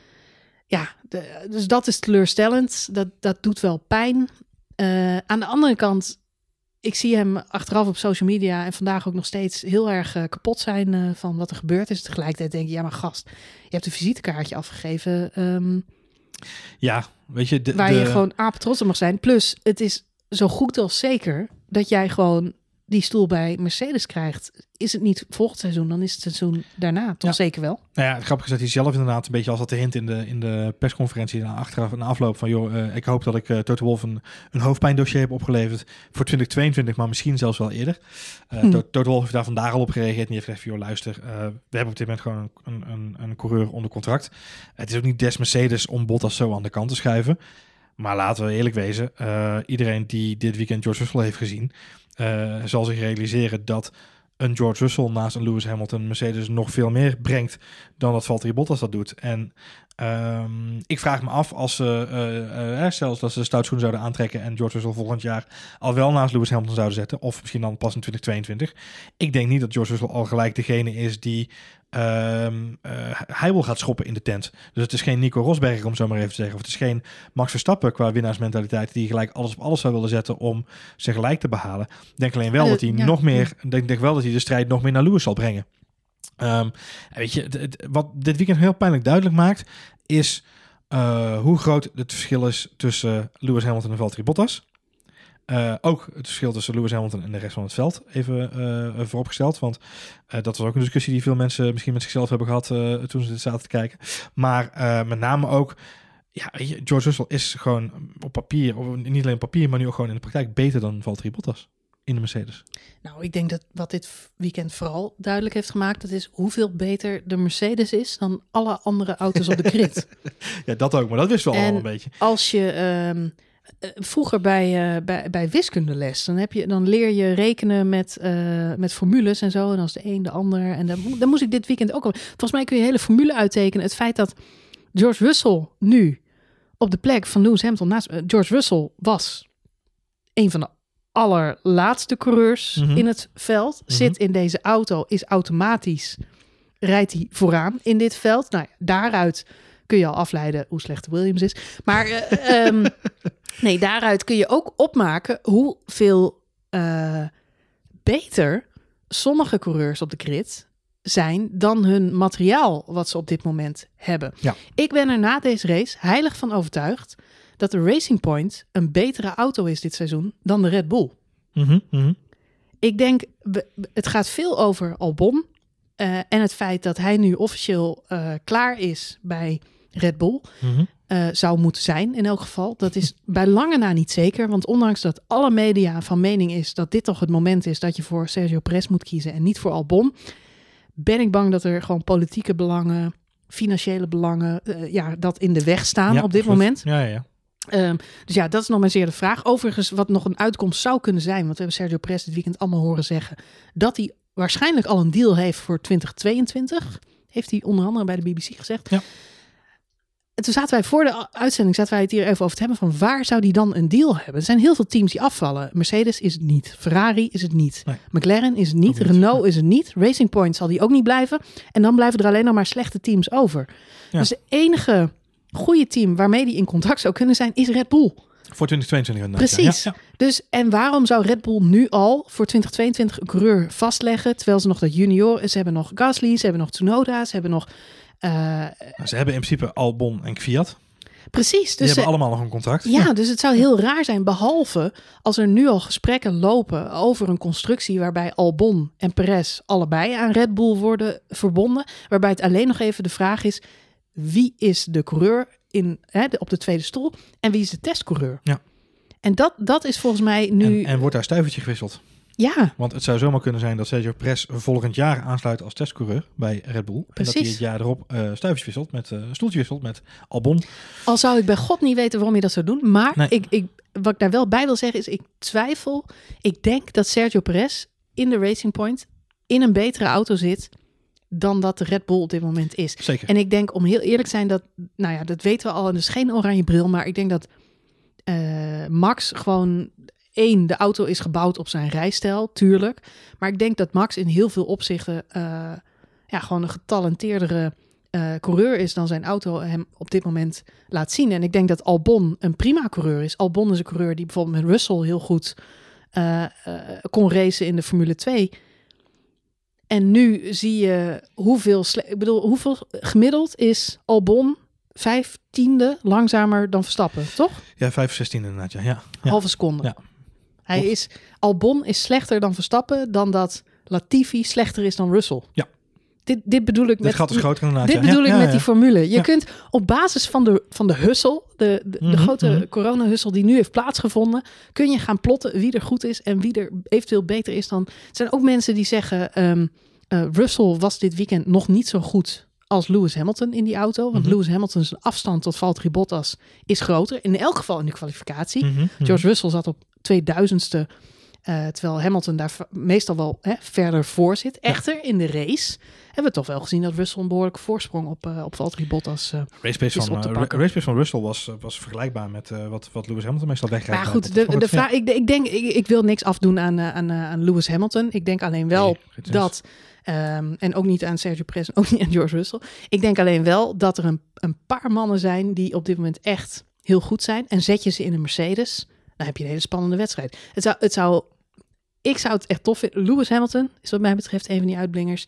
dus dat is teleurstellend. Dat doet wel pijn. Aan de andere kant, ik zie hem achteraf op social media en vandaag ook nog steeds heel erg kapot zijn van wat er gebeurd is. Tegelijkertijd denk je, ja maar gast, je hebt een visitekaartje afgegeven. Ja, weet je. Waar je gewoon apetrots op mag zijn. Plus, het is zo goed als zeker dat jij gewoon die stoel bij Mercedes krijgt. Is het niet volgend seizoen, dan is het seizoen daarna toch zeker wel. Nou ja, het grappige is dat hij zelf inderdaad een beetje als dat de hint in de persconferentie na afloop van joh, ik hoop dat ik Toto Wolff een hoofdpijndossier heb opgeleverd voor 2022, maar misschien zelfs wel eerder. Toto Wolff heeft daar vandaag al op gereageerd en die heeft gezegd joh, luister, we hebben op dit moment gewoon een coureur onder contract. Het is ook niet des Mercedes om Bottas zo aan de kant te schuiven. Maar laten we eerlijk wezen, iedereen die dit weekend George Russell heeft gezien, zal zich realiseren dat een George Russell naast een Lewis Hamilton Mercedes nog veel meer brengt dan dat Valtteri Bottas dat doet. En ik vraag me af als ze zelfs dat ze de stoutschoen zouden aantrekken en George Russell volgend jaar al wel naast Lewis Hamilton zouden zetten, of misschien dan pas in 2022. Ik denk niet dat George Russell al gelijk degene is die hij wil gaat schoppen in de tent. Dus het is geen Nico Rosberg, om zo maar even te zeggen. Of het is geen Max Verstappen qua winnaarsmentaliteit die gelijk alles op alles zou willen zetten om zijn gelijk te behalen. Ik denk alleen wel dat hij nog meer, denk wel dat hij de strijd nog meer naar Lewis zal brengen. Weet je, wat dit weekend heel pijnlijk duidelijk maakt, is hoe groot het verschil is tussen Lewis Hamilton en Valtteri Bottas. Ook het verschil tussen Lewis Hamilton en de rest van het veld even vooropgesteld. Want dat was ook een discussie die veel mensen misschien met zichzelf hebben gehad toen ze dit zaten te kijken. Maar met name ook Ja, weet je, George Russell is gewoon op papier, of niet alleen op papier, maar nu ook gewoon in de praktijk beter dan Valtteri Bottas in de Mercedes. Nou, ik denk dat wat dit weekend vooral duidelijk heeft gemaakt, dat is hoeveel beter de Mercedes is dan alle andere auto's op de grid. Ja, dat ook, maar dat wisten we al een beetje. Als je vroeger bij wiskundeles, dan leer je rekenen met formules en zo. En als de een de ander. En dan moest ik dit weekend ook al. Volgens mij kun je een hele formule uittekenen. Het feit dat George Russell nu op de plek van Lewis Hamilton naast George Russell was een van de allerlaatste coureurs in het veld. Zit in deze auto, is automatisch, rijdt hij vooraan in dit veld. Nou ja, daaruit kun je al afleiden hoe slecht de Williams is. Maar nee, daaruit kun je ook opmaken hoeveel beter sommige coureurs op de grid zijn dan hun materiaal wat ze op dit moment hebben. Ja. Ik ben er na deze race heilig van overtuigd dat de Racing Point een betere auto is dit seizoen dan de Red Bull. Ik denk, het gaat veel over Albon en het feit dat hij nu officieel klaar is bij Red Bull. Zou moeten zijn in elk geval. Dat is bij lange na niet zeker, want ondanks dat alle media van mening is dat dit toch het moment is dat je voor Sergio Perez moet kiezen en niet voor Albon, ben ik bang dat er gewoon politieke belangen, financiële belangen, dat in de weg staan op dit moment. Ja. Dus ja, dat is nog maar zeer de vraag. Overigens, wat nog een uitkomst zou kunnen zijn, want we hebben Sergio Perez dit weekend allemaal horen zeggen, dat hij waarschijnlijk al een deal heeft voor 2022. Heeft hij onder andere bij de BBC gezegd. Ja. En toen zaten wij voor de uitzending het hier even over te hebben van waar zou die dan een deal hebben? Er zijn heel veel teams die afvallen. Mercedes is het niet. Ferrari is het niet. Nee. McLaren is het niet. Renault is het niet. Racing Point zal die ook niet blijven. En dan blijven er alleen nog maar slechte teams over. Ja. Dus de enige goede team waarmee die in contact zou kunnen zijn is Red Bull. Voor 2022. Precies. Ja. Dus en waarom zou Red Bull nu al voor 2022 een coureur vastleggen, terwijl ze nog dat junior, ze hebben nog Gasly, ze hebben nog Tsunoda, ze hebben nog ze hebben in principe Albon en Kvyat. Precies. Dus die hebben allemaal nog een contract. Ja, dus het zou heel raar zijn, behalve als er nu al gesprekken lopen over een constructie waarbij Albon en Perez allebei aan Red Bull worden verbonden, waarbij het alleen nog even de vraag is, wie is de coureur op de tweede stoel en wie is de testcoureur? Ja. En dat is volgens mij nu. En wordt daar stuivertje gewisseld? Ja. Want het zou zomaar kunnen zijn dat Sergio Perez volgend jaar aansluit als testcoureur bij Red Bull. Precies. En dat hij het jaar erop stuivertjes wisselt stoeltje wisselt met Albon. Al zou ik bij God niet weten waarom je dat zou doen. Maar wat ik daar wel bij wil zeggen is, ik twijfel. Ik denk dat Sergio Perez in de Racing Point in een betere auto zit dan dat de Red Bull op dit moment is. Zeker. En ik denk, om heel eerlijk te zijn, dat weten we al. En dus geen oranje bril, maar ik denk dat Max gewoon de auto is gebouwd op zijn rijstijl, tuurlijk. Maar ik denk dat Max in heel veel opzichten gewoon een getalenteerdere coureur is dan zijn auto hem op dit moment laat zien. En ik denk dat Albon een prima coureur is. Albon is een coureur die bijvoorbeeld met Russell heel goed kon racen in de Formule 2. En nu zie je hoeveel gemiddeld is Albon 15e langzamer dan Verstappen, toch? Ja, 16e inderdaad, ja. Halve seconde. Ja. Albon is slechter dan Verstappen dan dat Latifi slechter is dan Russell. Ja. Dit bedoel ik dit gat is groter inderdaad. Dit bedoel ik met die formule. Je kunt op basis van de hussel, de grote corona-hussel die nu heeft plaatsgevonden, kun je gaan plotten wie er goed is en wie er eventueel beter is dan. Er zijn ook mensen die zeggen, Russell was dit weekend nog niet zo goed als Lewis Hamilton in die auto. Want Lewis Hamilton's afstand tot Valtteri Bottas is groter. In elk geval in de kwalificatie. George Russell zat op 2000ste. Terwijl Hamilton daar meestal wel verder voor zit. Echter, in de race hebben we toch wel gezien dat Russell een behoorlijke voorsprong op Valtteri Bottas race pace van Russell was vergelijkbaar met wat Lewis Hamilton meestal wegrijdt. Maar goed, de vraag, ik wil niks afdoen aan Lewis Hamilton. Ik denk alleen wel dat en ook niet aan Sergio Perez en ook niet aan George Russell. Ik denk alleen wel dat er een paar mannen zijn die op dit moment echt heel goed zijn. En zet je ze in een Mercedes, dan heb je een hele spannende wedstrijd. Ik zou het echt tof vinden. Lewis Hamilton is wat mij betreft een van die uitblingers.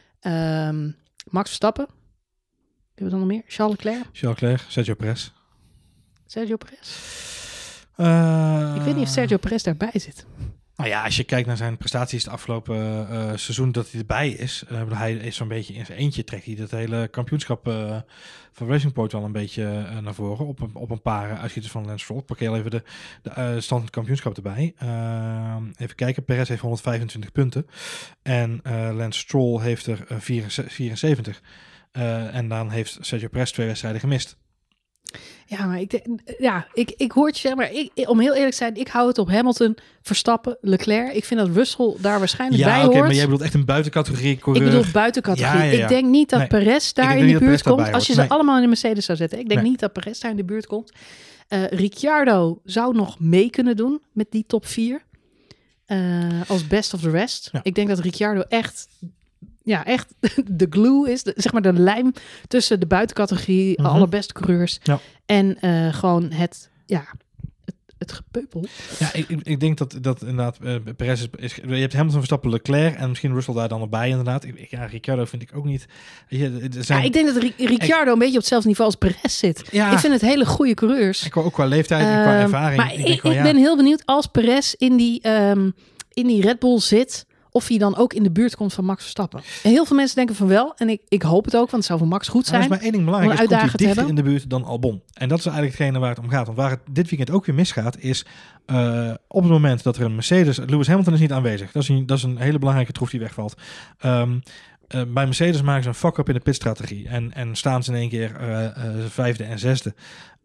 Max Verstappen. Hebben we dan nog meer? Charles Leclerc. Sergio Perez. Ik weet niet of Sergio Perez daarbij zit. Nou ja, als je kijkt naar zijn prestaties het afgelopen seizoen dat hij erbij is. Hij is zo'n beetje in zijn eentje, trekt hij dat hele kampioenschap van Racing Point wel een beetje naar voren. Op een paar uitschieters van Lance Stroll. Ik pak heel even de stand van het kampioenschap erbij. Even kijken, Perez heeft 125 punten. En Lance Stroll heeft er 74. En dan heeft Sergio Perez 2 wedstrijden gemist. Ja, maar ik hoor het je zeggen, maar om heel eerlijk te zijn, ik hou het op Hamilton, Verstappen, Leclerc. Ik vind dat Russell daar waarschijnlijk bij hoort. Ja, maar jij bedoelt echt een buitencategorie coureur. Ik bedoel buitencategorie. Ja. Ik denk niet dat Perez daar in de buurt komt. Als je ze allemaal in de Mercedes zou zetten. Ik denk niet dat Perez daar in de buurt komt. Ricciardo zou nog mee kunnen doen met die top 4. Als best of the rest. Ja. Ik denk dat Ricciardo echt de glue is, zeg maar de lijm tussen de buitencategorie, allerbeste coureurs en gewoon het gepeupel. Ja, ik denk dat inderdaad Perez is. Je hebt Hamilton, Verstappen, Leclerc en misschien Russell daar dan nog bij inderdaad. Ricciardo vind ik ook niet. Ik denk dat Ricciardo een beetje op hetzelfde niveau als Perez zit. Ja. Ik vind het hele goede coureurs. Ook qua leeftijd en qua ervaring. Maar ik ben heel benieuwd als Perez in die Red Bull zit, of hij dan ook in de buurt komt van Max Verstappen. En heel veel mensen denken van wel. En ik hoop het ook, want het zou voor Max goed zijn. Er is maar één ding belangrijk, is komt hij dichter in de buurt dan Albon. En dat is eigenlijk hetgene waar het om gaat. Want waar het dit weekend ook weer misgaat, is op het moment dat er een Mercedes... Lewis Hamilton is niet aanwezig. Dat is een hele belangrijke troef die wegvalt. Bij Mercedes maken ze een fuck-up in de pitstrategie. En staan ze in één keer vijfde en zesde.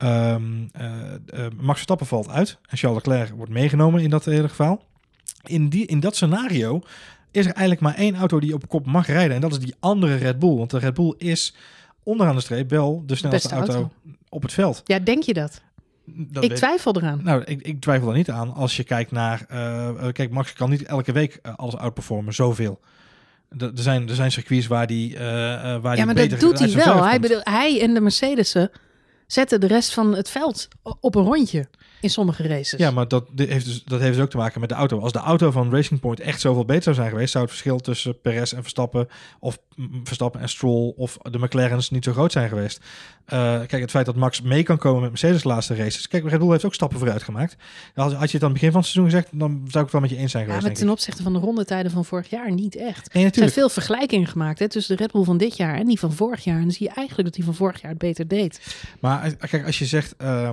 Max Verstappen valt uit. En Charles Leclerc wordt meegenomen in dat hele geval. In dat scenario is er eigenlijk maar één auto die op kop mag rijden. En dat is die andere Red Bull. Want de Red Bull is onderaan de streep wel de snelste auto op het veld. Ja, denk je dat? Ik twijfel eraan. Nou, ik twijfel er niet aan. Als je kijkt naar... kijk, Max kan niet elke week alles outperformen. Zoveel. Er zijn circuits waar die maar beter... dat doet hij wel. Hij en de Mercedes'en zetten de rest van het veld op een rondje. In sommige races. Ja, maar dat heeft dus ook te maken met de auto. Als de auto van Racing Point echt zoveel beter zou zijn geweest, zou het verschil tussen Perez en Verstappen, of Verstappen en Stroll, of de McLaren's niet zo groot zijn geweest. Kijk, het feit dat Max mee kan komen met Mercedes de laatste races. Kijk, Red Bull heeft ook stappen vooruit gemaakt. Had je het aan het begin van het seizoen gezegd, dan zou ik het wel met je eens zijn geweest. Ja, maar ten opzichte van de rondetijden van vorig jaar niet echt. Er zijn veel vergelijkingen gemaat tussen de Red Bull van dit jaar en die van vorig jaar. En dan zie je eigenlijk dat die van vorig jaar het beter deed. Maar kijk, als je zegt,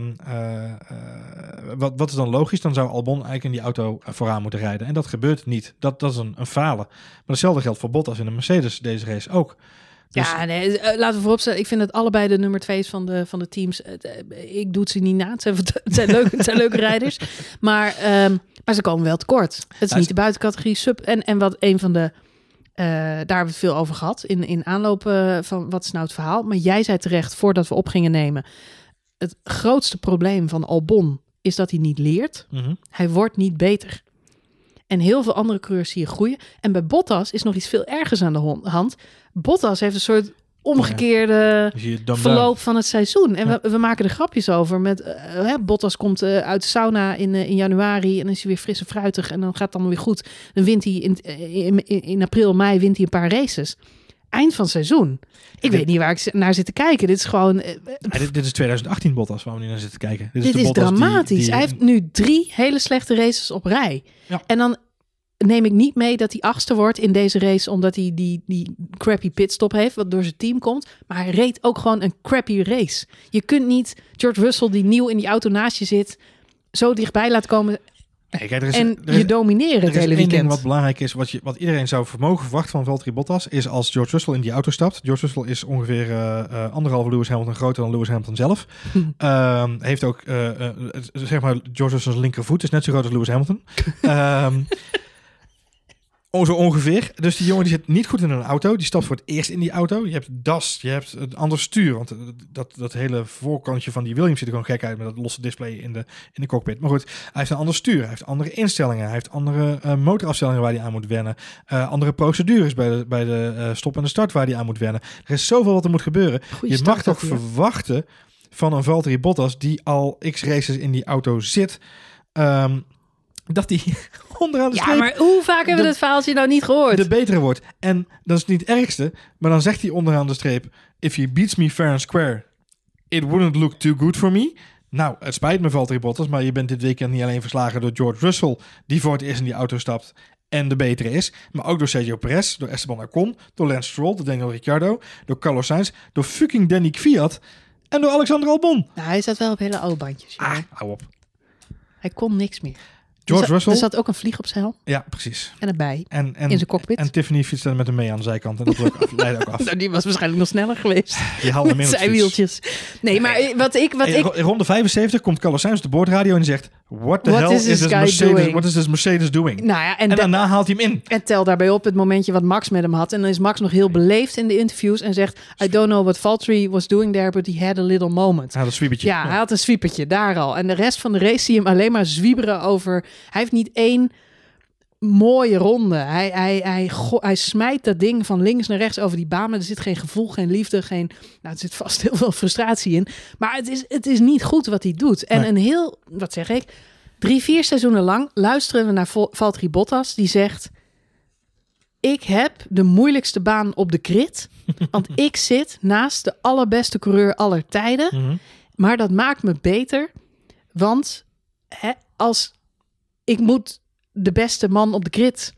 wat is dan logisch? Dan zou Albon eigenlijk in die auto vooraan moeten rijden. En dat gebeurt niet. Dat is een falen. Maar hetzelfde geldt voor Bottas in de Mercedes deze race ook. Dus... Ja, nee, laten we vooropstellen. Ik vind het allebei de nummer 2's van de teams. Ik doe het ze niet na. Het zijn leuke rijders. Maar ze komen wel tekort. Het is niet de buitencategorie sub. En wat een van de... daar hebben we het veel over gehad. In aanloop van wat is nou het verhaal. Maar jij zei terecht, voordat we op gingen nemen. Het grootste probleem van Albon is dat hij niet leert. Mm-hmm. Hij wordt niet beter. En heel veel andere coureurs zie je groeien. En bij Bottas is nog iets veel ergers aan de hand. Bottas heeft een soort omgekeerde verloop van het seizoen. En we maken er grapjes over. Bottas komt uit de sauna in januari en dan is hij weer fris en fruitig en dan gaat het dan weer goed. Dan wint hij in april, mei wint hij een paar races. Eind van het seizoen. Ik weet niet waar ik naar zit te kijken. Dit is gewoon... Dit is 2018 Bottas waar we nu naar zitten kijken. Dit is dramatisch. Hij heeft nu 3 hele slechte races op rij. Ja. En dan neem ik niet mee dat hij 8e wordt in deze race, omdat hij die crappy pitstop heeft, wat door zijn team komt. Maar hij reed ook gewoon een crappy race. Je kunt niet George Russell, die nieuw in die auto naast je zit, zo dichtbij laten komen... Nee, kijk, je domineren het hele weekend. Ding wat belangrijk is, wat iedereen zou mogen verwachten van Valtteri Bottas, is als George Russell in die auto stapt. George Russell is ongeveer 1,5 Lewis Hamilton groter dan Lewis Hamilton zelf. Heeft ook, zeg maar, George Russell's linkervoet is net zo groot als Lewis Hamilton. Zo ongeveer. Dus die jongen die zit niet goed in een auto. Die stapt voor het eerst in die auto. Je hebt das, je hebt een ander stuur. Want dat hele voorkantje van die Williams ziet er gewoon gek uit met dat losse display in de cockpit. Maar goed, hij heeft een ander stuur. Hij heeft andere instellingen. Hij heeft andere motorafstellingen waar hij aan moet wennen. Andere procedures bij de stop en de start waar hij aan moet wennen. Er is zoveel wat er moet gebeuren. Je mag toch verwachten van een Valtteri Bottas die al x races in die auto zit... dat die onderaan de streep... Ja, maar hoe vaak hebben we dit verhaaltje nou niet gehoord? De betere wordt. En dat is niet het ergste, maar dan zegt hij onderaan de streep... If he beats me fair and square, it wouldn't look too good for me. Nou, het spijt me, Valtteri Bottas, maar je bent dit weekend niet alleen verslagen door George Russell, die voor het eerst in die auto stapt en de betere is, maar ook door Sergio Perez, door Esteban Ocon, door Lance Stroll, door Daniel Ricciardo, door Carlos Sainz, door fucking Danny Kvyat en door Alexander Albon. Nou, hij zat wel op hele oude bandjes. Hou op. Hij kon niks meer. George Russell. Er zat ook een vlieg op zijn helm. Ja, precies. En erbij. En in zijn cockpit. En Tiffany fietste met hem mee aan de zijkant. En dat leidde ook af. Nou, die was waarschijnlijk nog sneller geweest. Die haalde hem in zijn wieltjes. Nee, maar wat ik... In ronde 75 komt Carlos Sainz op de boordradio en die zegt... What the hell is this Mercedes doing? Nou ja, en daarna haalt hij hem in. En tel daarbij op het momentje wat Max met hem had. En dan is Max nog heel beleefd in de interviews en zegt... I don't know what Valtteri was doing there, but he had a little moment. Hij had een zwiepertje. Ja, hij had een zwiepertje, daar al. En de rest van de race zie je hem alleen maar zwieberen over... Hij heeft niet één mooie ronde. Hij smijt dat ding van links naar rechts over die baan. Maar er zit geen gevoel, geen liefde, geen... Nou, er zit vast heel veel frustratie in. Maar het is niet goed wat hij doet. En een heel, wat zeg ik... 3-4 seizoenen lang luisteren we naar Valtteri Bottas. Die zegt... Ik heb de moeilijkste baan op de grid. Want ik zit naast de allerbeste coureur aller tijden. Mm-hmm. Maar dat maakt me beter. Want als ik moet de beste man op de grid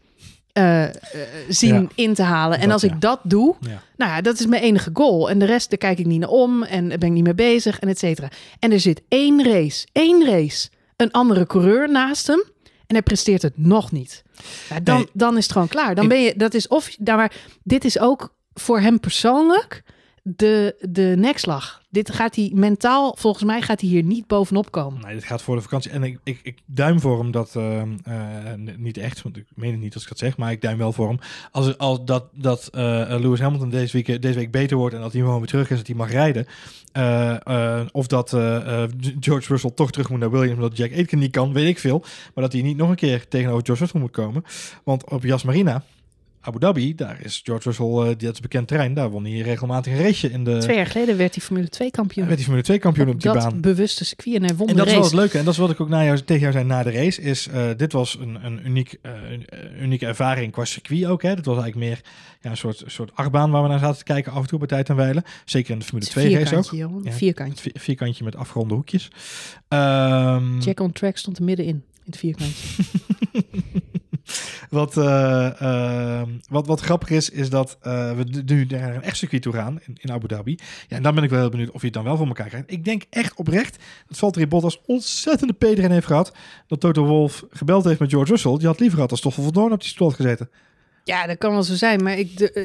zien in te halen. En als ik dat doe, nou ja, dat is mijn enige goal. En de rest, daar kijk ik niet naar om. En ben ik niet mee bezig en et cetera. En er zit één race... een andere coureur naast hem en hij presteert het nog niet. Ja, dan is het gewoon klaar. Dan ben je, dat is maar dit is ook voor hem persoonlijk de nekslag. Dit gaat hij mentaal, volgens mij gaat hij hier niet bovenop komen. Nee, dit gaat voor de vakantie. En ik duim voor hem dat, niet echt, want ik meen het niet als ik dat zeg, maar ik duim wel voor hem. Als dat Lewis Hamilton deze week beter wordt en dat hij gewoon weer terug is, dat hij mag rijden. Of dat George Russell toch terug moet naar Williams, omdat Jack Aitken niet kan, weet ik veel. Maar dat hij niet nog een keer tegenover George Russell moet komen. Want op Yas Marina, Abu Dhabi, daar is George Russell, dat is bekend terrein, daar won hij regelmatig een raceje in de... 2 jaar geleden werd hij Formule 2 kampioen. Op die baan. Dat bewuste circuit en hij won de race. En dat is wel het leuke. En dat is wat ik ook tegen jou zei na de race, is dit was een unieke ervaring qua circuit ook. Hè. Dat was eigenlijk meer een soort achtbaan waar we naar zaten te kijken af en toe bij tijd en wijle. Zeker in de Formule 2 race ook. Ja, vierkantje. Vierkantje met afgeronde hoekjes. Jack on Track stond er middenin, in het vierkantje. Wat grappig is dat we nu naar een echt circuit toe gaan in Abu Dhabi. Ja, en dan ben ik wel heel benieuwd of je het dan wel voor elkaar krijgt. Ik denk echt oprecht dat Valtteri Bottas ontzettende peter in heeft gehad. Dat Toto Wolff gebeld heeft met George Russell. Die had liever gehad als Stoffel van Doorn op die stoel had gezeten. Ja, dat kan wel zo zijn. Maar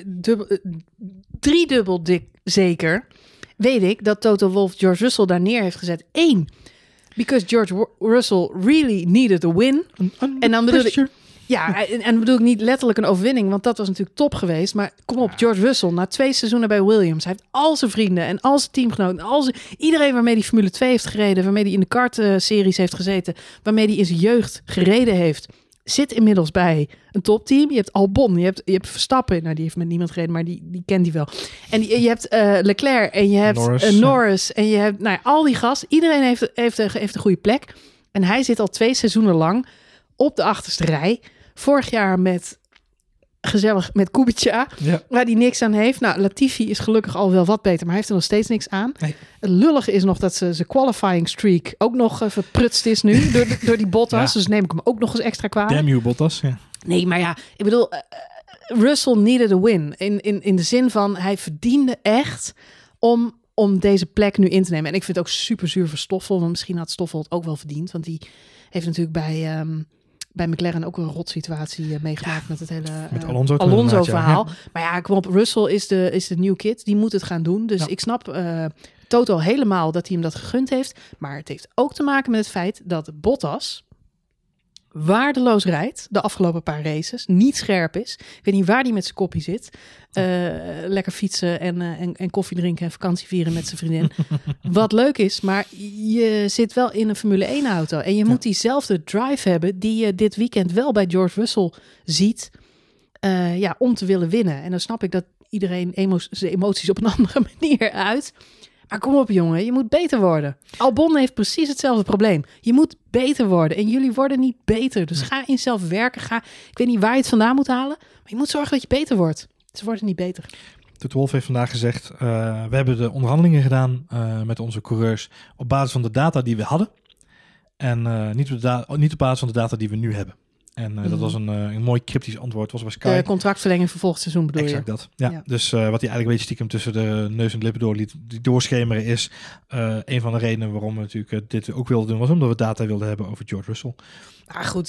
driedubbel dik zeker weet ik dat Toto Wolff George Russell daar neer heeft gezet. 1, because George Russell really needed a win. En dan bedoel ik... Ja, en bedoel ik niet letterlijk een overwinning, want dat was natuurlijk top geweest. Maar kom op, George Russell, na 2 seizoenen bij Williams. Hij heeft al zijn vrienden en al zijn teamgenoten. Iedereen waarmee hij Formule 2 heeft gereden, waarmee hij in de kart-series heeft gezeten, waarmee hij in zijn jeugd gereden heeft, zit inmiddels bij een topteam. Je hebt Albon, je hebt Verstappen. Nou, die heeft met niemand gereden, maar die kent hij wel. En je hebt Leclerc en je hebt Norris. En je hebt al die gasten. Iedereen heeft een goede plek. En hij zit al 2 seizoenen lang op de achterste rij. Vorig jaar gezellig met Kubica, waar hij niks aan heeft. Nou, Latifi is gelukkig al wel wat beter, maar hij heeft er nog steeds niks aan. Nee. Het lullige is nog dat zijn qualifying streak ook nog verprutst is nu door die Bottas. Ja. Dus neem ik hem ook nog eens extra kwalijk. Damn you, Bottas. Ja. Nee, maar ja, ik bedoel, Russell needed a win. In de zin van, hij verdiende echt om deze plek nu in te nemen. En ik vind het ook super zuur voor Stoffel, want misschien had Stoffel het ook wel verdiend, want die heeft natuurlijk bij McLaren ook een rotsituatie meegemaakt met het hele met Alonso-verhaal. Ja. Maar ja, kom op, Russell is de new kid. Die moet het gaan doen. Dus ik snap Toto helemaal dat hij hem dat gegund heeft. Maar het heeft ook te maken met het feit dat Bottas waardeloos rijdt de afgelopen paar races. Niet scherp is. Ik weet niet waar hij met zijn koppie zit. Lekker fietsen en koffie drinken en vakantie vieren met zijn vriendin. Wat leuk is, maar je zit wel in een Formule 1 auto. En je moet diezelfde drive hebben die je dit weekend wel bij George Russell ziet. Om te willen winnen. En dan snap ik dat iedereen zijn emoties op een andere manier uit. Maar kom op jongen, je moet beter worden. Albon heeft precies hetzelfde probleem. Je moet beter worden en jullie worden niet beter. Dus ga in jezelf werken. Ik weet niet waar je het vandaan moet halen, maar je moet zorgen dat je beter wordt. Ze worden niet beter. Toto Wolff heeft vandaag gezegd, we hebben de onderhandelingen gedaan met onze coureurs op basis van de data die we hadden. En niet op basis van de data die we nu hebben. En dat was een mooi cryptisch antwoord. Was bij Sky. De contractverlenging voor volgend seizoen bedoel exact je? Dat. Ja. Dus wat hij eigenlijk een beetje stiekem tussen de neus en de lippen door liet doorschemeren is een van de redenen waarom we natuurlijk dit ook wilden doen, was omdat we data wilden hebben over George Russell. Nou goed,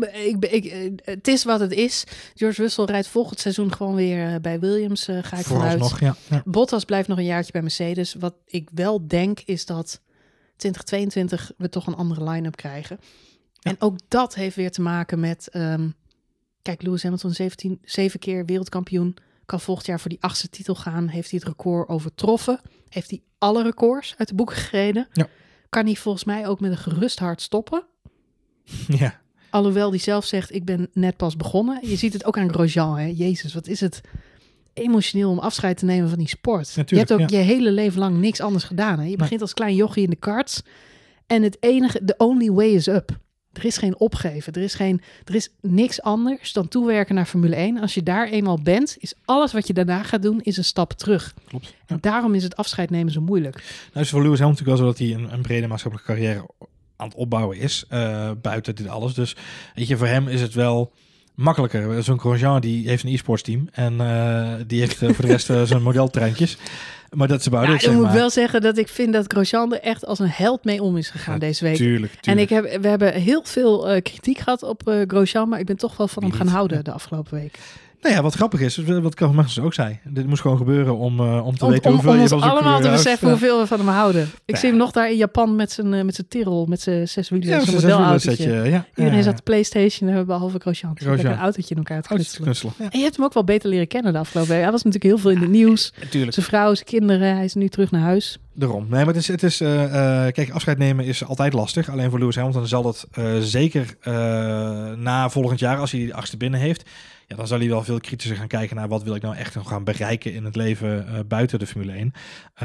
het is wat het is. George Russell rijdt volgend seizoen gewoon weer bij Williams, ga ik vanuit. Nog, ja. Bottas blijft nog een jaartje bij Mercedes. Wat ik wel denk is dat 2022 we toch een andere line-up krijgen. Ja. En ook dat heeft weer te maken met... kijk, Lewis Hamilton, 7 keer wereldkampioen. Kan volgend jaar voor die 8e titel gaan. Heeft hij het record overtroffen. Heeft hij alle records uit de boeken gereden. Ja. Kan hij volgens mij ook met een gerust hart stoppen. Ja. Alhoewel die zelf zegt, ik ben net pas begonnen. Je ziet het ook aan Grosjean. Hè? Jezus, wat is het emotioneel om afscheid te nemen van die sport. Natuurlijk, je hebt ook je hele leven lang niks anders gedaan. Hè? Je begint als klein jochie in de karts. En het enige, the only way is up. Er is geen opgeven. Er is niks anders dan toewerken naar Formule 1. Als je daar eenmaal bent, is alles wat je daarna gaat doen, is een stap terug. Klopt. Ja. En daarom is het afscheid nemen zo moeilijk. Nou is voor Lewis Hamilton natuurlijk wel zo dat hij een brede maatschappelijke carrière aan het opbouwen is. Buiten dit alles. Dus weet je, voor hem is het wel makkelijker. Zo'n Grosjean die heeft een e-sports team. En die heeft voor de rest zijn modeltreintjes. Maar dat is about it, dan moet ik wel zeggen dat ik vind dat Grosjean er echt als een held mee om is gegaan deze week. Tuurlijk. En we hebben heel veel kritiek gehad op Grosjean, maar ik ben toch wel van hem gaan houden de afgelopen week. Nou ja, wat grappig is, wat Carl Magnus ook zei. Dit moest gewoon gebeuren om te weten hoeveel om je ons van zo'n allemaal te coureur beseffen hoeveel we van hem houden. Ik Ja. zie hem nog daar in Japan met zijn Tyrrell, met zijn 6 wielen, Ja, zijn zo'n modelautootje. Ja. Iedereen zat de PlayStation, behalve Grosjean. Dus Grosjean. een autootje in elkaar te knutselen. Ja. En je hebt hem ook wel beter leren kennen de afgelopen week. Hij was natuurlijk heel veel in het nieuws. Natuurlijk. Zijn vrouw, zijn kinderen. Hij is nu terug naar huis. Daarom. Nee, maar het is kijk, afscheid nemen is altijd lastig. Alleen voor Lewis Hamilton zal dat zeker na volgend jaar, als hij die 8e binnen heeft, ja, dan zal hij wel veel kritischer gaan kijken naar wat wil ik nou echt nog gaan bereiken in het leven buiten de Formule 1.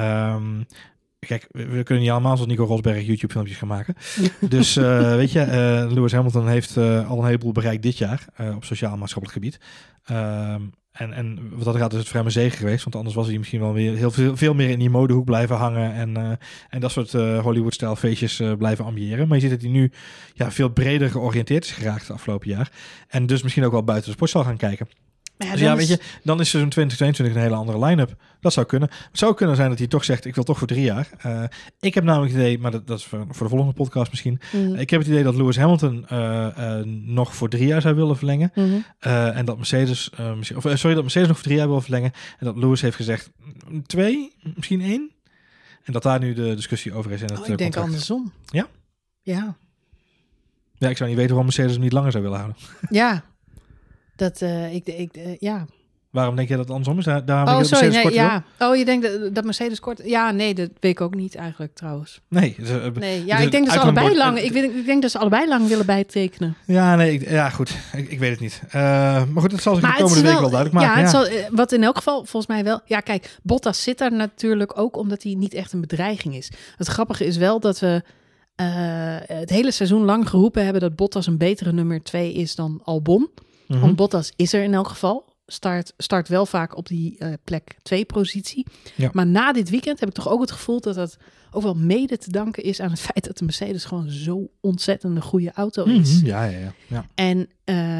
Kijk, we kunnen niet allemaal zoals Nico Rosberg YouTube-filmpjes gaan maken. Dus weet je, Lewis Hamilton heeft al een heleboel bereikt dit jaar op sociaal-maatschappelijk gebied. En wat dat gaat is het vrij zegen geweest. Want anders was hij misschien wel weer veel meer in die modehoek blijven hangen. En dat soort Hollywood-stijl feestjes blijven ambiëren. Maar je ziet dat hij nu veel breder georiënteerd is geraakt het afgelopen jaar. En dus misschien ook wel buiten de sport zal gaan kijken. Ja, Dus weet je, dan is seizoen 2022 een hele andere line-up. Dat zou kunnen. Het zou kunnen zijn dat hij toch zegt, ik wil toch voor 3 jaar. Ik heb namelijk het idee, maar dat is voor de volgende podcast misschien. Ik heb het idee dat Lewis Hamilton nog voor 3 jaar zou willen verlengen. En dat Mercedes, dat Mercedes nog voor 3 jaar wil verlengen. En dat Lewis heeft gezegd 2, misschien 1. En dat daar nu de discussie over is in het ik contract. denk andersom. Ja? Ja. Ja, ik zou niet weten waarom Mercedes hem niet langer zou willen houden. Ja. Ja. Waarom denk je dat het andersom is? Je denkt dat Mercedes kort... Ja, nee, dat weet ik ook niet eigenlijk trouwgoed. Nee. Ik denk dat ze allebei lang... Ik denk dat ze allebei lang willen bijtekenen. Ja, nee, goed. Ik weet het niet. Maar goed, dat zal zich de komende week wel duidelijk maken. Ja, het zal, wat in elk geval volgens mij wel... Ja, kijk, Bottas zit daar natuurlijk ook omdat hij niet echt een bedreiging is. Het grappige is wel dat we het hele seizoen lang geroepen hebben dat Bottas een betere nummer 2 is dan Albon. Want Bottas is er in elk geval. Start wel vaak op die plek 2 positie. Ja. Maar na dit weekend heb ik toch ook het gevoel dat dat ook wel mede te danken is aan het feit dat de Mercedes gewoon zo ontzettend een goede auto is. Ja. En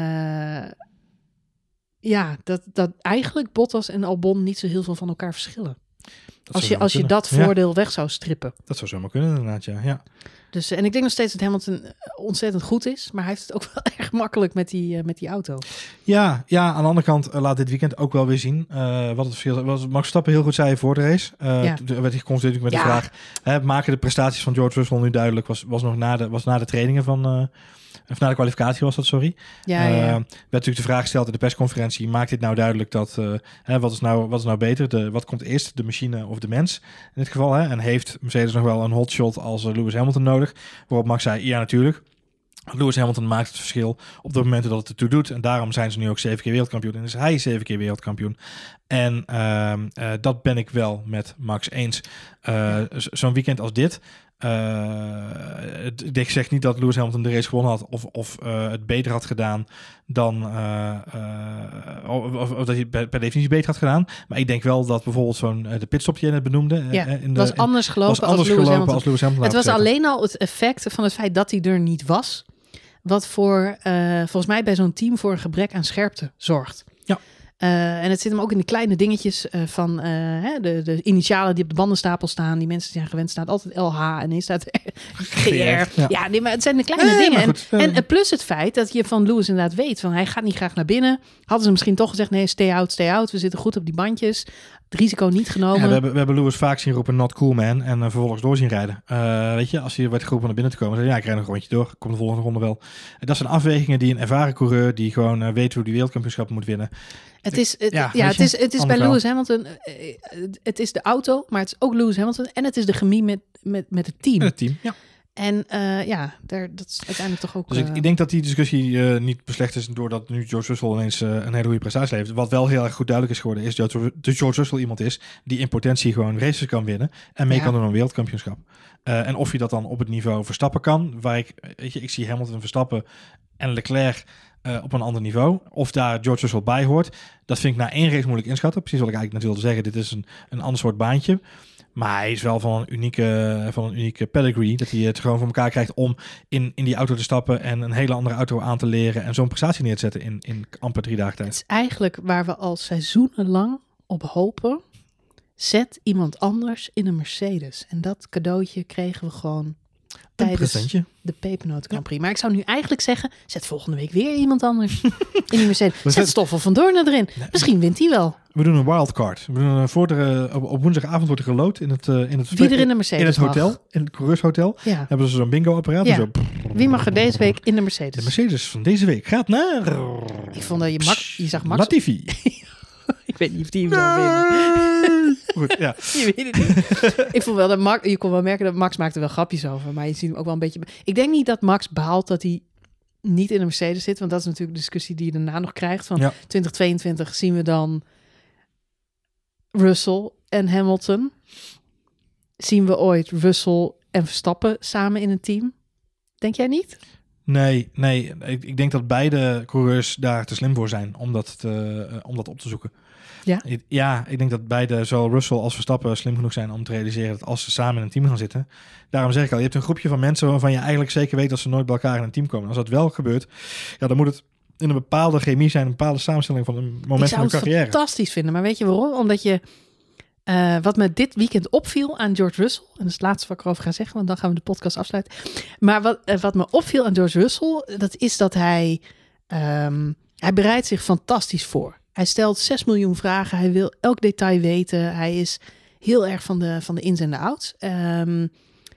dat eigenlijk Bottas en Albon niet zo heel veel van elkaar verschillen. Als je dat voordeel weg zou strippen. Dat zou zomaar kunnen inderdaad, ja. Dus, en ik denk nog steeds dat Hamilton ontzettend goed is. Maar hij heeft het ook wel erg makkelijk met die auto. Ja, aan de andere kant laat dit weekend ook wel weer zien wat het verschil was. Max Verstappen heel goed zei voor de race. Toen werd hij geconfronteerd met de vraag. Maken de prestaties van George Russell nu duidelijk? Was na de trainingen van... Of na de kwalificatie was dat, sorry. Werd natuurlijk de vraag gesteld in de persconferentie. Maakt dit nou duidelijk dat... wat is nou beter? Wat komt eerst? De machine of de mens? In dit geval. En heeft Mercedes nog wel een hotshot als Lewis Hamilton nodig? Waarop Max zei, ja natuurlijk. Lewis Hamilton maakt het verschil op de momenten dat het ertoe doet. En daarom zijn ze nu ook 7 keer wereldkampioen. En is hij 7 keer wereldkampioen. En dat ben ik wel met Max eens. Zo'n weekend als dit... Ik zeg niet dat Lewis Hamilton de race gewonnen had of het beter had gedaan dan of dat hij per definitie beter had gedaan. Maar ik denk wel dat bijvoorbeeld de pitstop die je net benoemde. Was anders gelopen als Lewis Hamilton. Het was alleen al het effect van het feit dat hij er niet was. Wat volgens mij bij zo'n team voor een gebrek aan scherpte zorgt. Ja. En het zit hem ook in de kleine dingetjes van de initialen die op de bandenstapel staan. Die mensen zijn gewend, staat altijd LH en is staat GR. Ja, nee, maar het zijn de kleine dingen. Goed, en plus het feit dat je van Lewis inderdaad weet van hij gaat niet graag naar binnen. Hadden ze misschien toch gezegd, nee, stay out. We zitten goed op die bandjes. Het risico niet genomen. Ja, we hebben Lewis vaak zien roepen, not cool man. En vervolgens door zien rijden. Weet je, als hij werd geroepen naar binnen te komen. Dan ik rijd nog een rondje door. Kom de volgende ronde wel. Dat zijn afwegingen die een ervaren coureur, die gewoon weet hoe die wereldkampioenschap moet winnen. Het is bij Lewis Hamilton. Het is de auto, maar het is ook Lewis Hamilton. En het is de chemie met het team. Met het team, ja. En dat is uiteindelijk toch ook... Dus ik denk dat die discussie niet beslecht is doordat nu George Russell ineens een hele goede prestatie levert. Wat wel heel erg goed duidelijk is geworden, is dat George Russell iemand is die in potentie gewoon races kan winnen en mee kan doen aan een wereldkampioenschap. En of je dat dan op het niveau Verstappen kan, waar ik zie Hamilton, Verstappen en Leclerc op een ander niveau. Of daar George Russell bij hoort, dat vind ik na 1 race moeilijk inschatten. Precies wat ik eigenlijk net wilde zeggen, dit is een ander soort baantje. Maar hij is wel van een unieke pedigree. Dat hij het gewoon voor elkaar krijgt om in die auto te stappen en een hele andere auto aan te leren en zo'n prestatie neer te zetten in amper 3 dagen tijd. Het is eigenlijk waar we al seizoenenlang op hopen. Zet iemand anders in een Mercedes. En dat cadeautje kregen we gewoon tijdens de Pepernoot Grand Prix. Maar ik zou nu eigenlijk zeggen, zet volgende week weer iemand anders in die Mercedes. Zet Stoffel van Doorn erin. Misschien wint hij wel. We doen een wildcard. Op woensdagavond wordt er geloot in het wie er in de Mercedes in het hotel, mag. In het coureurshotel. Ja. Hebben ze zo'n bingo-apparaat. Ja. Zo. Wie mag er deze week in de Mercedes? De Mercedes van deze week gaat naar... Ik vond dat je zag Max... Latifi. Ik weet niet of die hem zou winnen. Goed, ja. Je weet het niet. Ik vond wel dat je kon wel merken dat Max maakte wel grapjes over. Maar je ziet hem ook wel een beetje... Ik denk niet dat Max behaalt dat hij niet in een Mercedes zit. Want dat is natuurlijk de discussie die je daarna nog krijgt. Van 2022 zien we dan Russell en Hamilton. Zien we ooit Russell en Verstappen samen in een team? Denk jij niet? Nee. Ik denk dat beide coureurs daar te slim voor zijn om dat op te zoeken. Ja? Ja, ik denk dat beide, zowel Russell als Verstappen, slim genoeg zijn om te realiseren dat als ze samen in een team gaan zitten. Daarom zeg ik al, je hebt een groepje van mensen waarvan je eigenlijk zeker weet dat ze nooit bij elkaar in een team komen. Als dat wel gebeurt, dan moet het in een bepaalde chemie zijn, een bepaalde samenstelling van een moment van een carrière. Ik zou het fantastisch vinden, maar weet je waarom? Omdat je... wat me dit weekend opviel aan George Russell... en dat is het laatste wat ik erover ga zeggen... want dan gaan we de podcast afsluiten. Maar wat me opviel aan George Russell... dat is dat hij bereidt zich fantastisch voor. Hij stelt 6 miljoen vragen. Hij wil elk detail weten. Hij is heel erg van de ins en de outs. En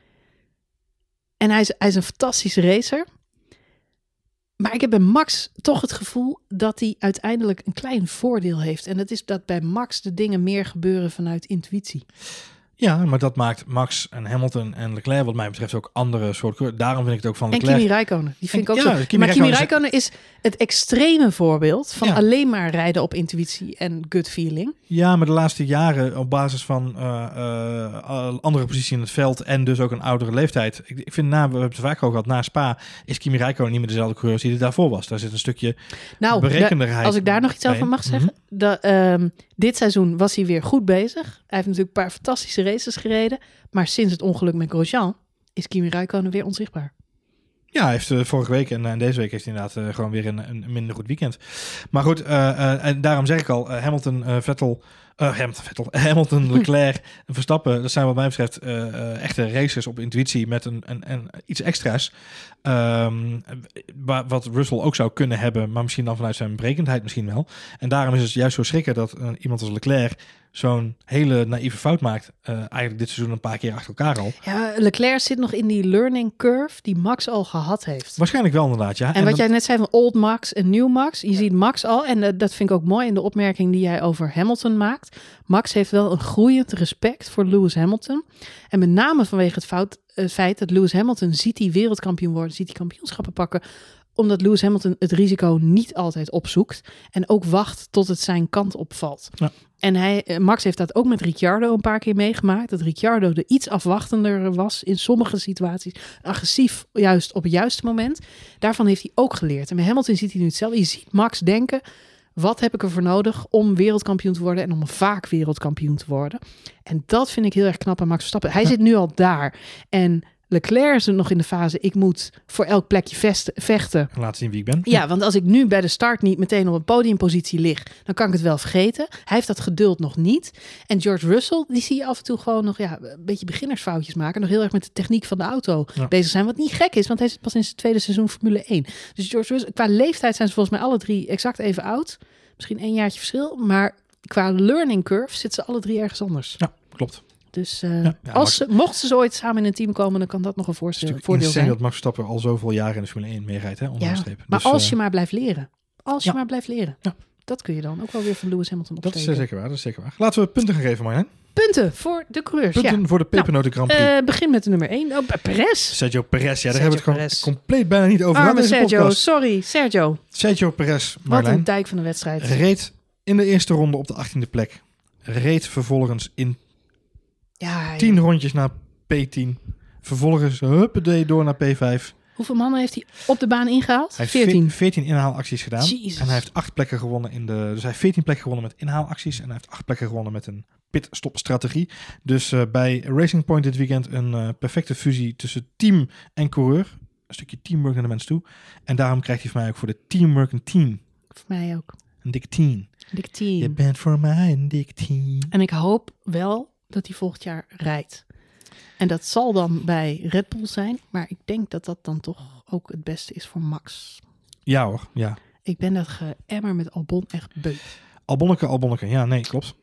hij is een fantastische racer... Maar ik heb bij Max toch het gevoel dat hij uiteindelijk een klein voordeel heeft. En dat is dat bij Max de dingen meer gebeuren vanuit intuïtie. Ja, maar dat maakt Max en Hamilton en Leclerc wat mij betreft ook andere soorten. Daarom vind ik het ook van Leclerc. En Kimi Räikkönen. Die vind ik ook zo. Maar Kimi Räikkönen is het extreme voorbeeld van alleen maar rijden op intuïtie en gut feeling. Ja, maar de laatste jaren op basis van andere positie in het veld en dus ook een oudere leeftijd. Ik vind we hebben het vaak ook gehad, na Spa is Kimi Räikkönen niet meer dezelfde coureur die er daarvoor was. Daar zit een stukje berekenderheid. Als ik daar nog iets over mag zeggen. Dit seizoen was hij weer goed bezig. Hij heeft natuurlijk een paar fantastische races gereden. Maar sinds het ongeluk met Grosjean is Kimi Räikkönen weer onzichtbaar. Ja, hij heeft vorige week en deze week heeft hij inderdaad gewoon weer een minder goed weekend. Maar goed, en daarom zeg ik al, Hamilton, Leclerc en Verstappen, dat zijn wat mij betreft echte racers op intuïtie met een iets extra's. Wat Russell ook zou kunnen hebben, maar misschien dan vanuit zijn berekendheid misschien wel. En daarom is het juist zo schrikken dat iemand als Leclerc zo'n hele naïeve fout maakt. Eigenlijk dit seizoen een paar keer achter elkaar al. Ja, Leclerc zit nog in die learning curve die Max al gehad heeft. Waarschijnlijk wel inderdaad, ja. En wat jij net zei van old Max en new Max. Je ziet Max al, en dat vind ik ook mooi in de opmerking die jij over Hamilton maakt. Max heeft wel een groeiend respect voor Lewis Hamilton. En met name vanwege het feit dat Lewis Hamilton ziet hij wereldkampioen worden, ziet hij kampioenschappen pakken, omdat Lewis Hamilton het risico niet altijd opzoekt. En ook wacht tot het zijn kant opvalt. Ja. En Max heeft dat ook met Ricciardo een paar keer meegemaakt. Dat Ricciardo er iets afwachtender was in sommige situaties. Agressief juist op het juiste moment. Daarvan heeft hij ook geleerd. En bij Hamilton ziet hij nu hetzelfde. Je ziet Max denken, wat heb ik ervoor nodig om wereldkampioen te worden en om vaak wereldkampioen te worden? En dat vind ik heel erg knap aan Max Verstappen. Hij zit nu al daar. En Leclerc is nog in de fase, ik moet voor elk plekje vechten. Laat zien wie ik ben. Ja, want als ik nu bij de start niet meteen op een podiumpositie lig, dan kan ik het wel vergeten. Hij heeft dat geduld nog niet. En George Russell, die zie je af en toe gewoon nog een beetje beginnersfoutjes maken. Nog heel erg met de techniek van de auto bezig zijn. Wat niet gek is, want hij zit pas in zijn tweede seizoen Formule 1. Dus George Russell, qua leeftijd zijn ze volgens mij alle 3 exact even oud. Misschien 1 jaartje verschil. Maar qua learning curve zitten ze alle 3 ergens anders. Ja, klopt. Dus mochten ze ooit samen in een team komen, dan kan dat nog een voordeel zijn. Dat Max Verstappen al zoveel jaren in de Formule 1 meerijdt, hè, onder de streep. Maar als je maar blijft leren. Ja. Dat kun je dan ook wel weer van Lewis Hamilton opsteken. Dat is zeker waar. Laten we punten gaan geven, Marjolein. Punten voor de coureurs. Punten voor de pepernoten Grand Prix. Begin met de nummer 1. Perez. Sergio Perez. Ja, daar hebben we het gewoon compleet bijna niet over gehad. Sergio. Sorry, Sergio. Sergio Perez, Marjolein. Wat een dijk van de wedstrijd. Reed in de eerste ronde op de 18e plek. Reed vervolgens in 10 rondjes naar P10. Vervolgens huppedee door naar P5. Hoeveel mannen heeft hij op de baan ingehaald? Hij heeft 14 inhaalacties gedaan. Jezus. En hij heeft 8 plekken gewonnen dus hij heeft 14 plekken gewonnen met inhaalacties. En hij heeft 8 plekken gewonnen met een pitstopstrategie. Dus bij Racing Point dit weekend een perfecte fusie tussen team en coureur. Een stukje teamwork naar de mens toe. En daarom krijgt hij van mij ook voor de teamwork een 10. Voor mij ook. Een dikke 10. Je bent voor mij een dik 10. En ik hoop wel dat hij volgend jaar rijdt. En dat zal dan bij Red Bull zijn. Maar ik denk dat dat dan toch ook het beste is voor Max. Ja hoor, ja. Ik ben dat geëmmer met Albon echt beu. Albonneke. Ja, nee, klopt.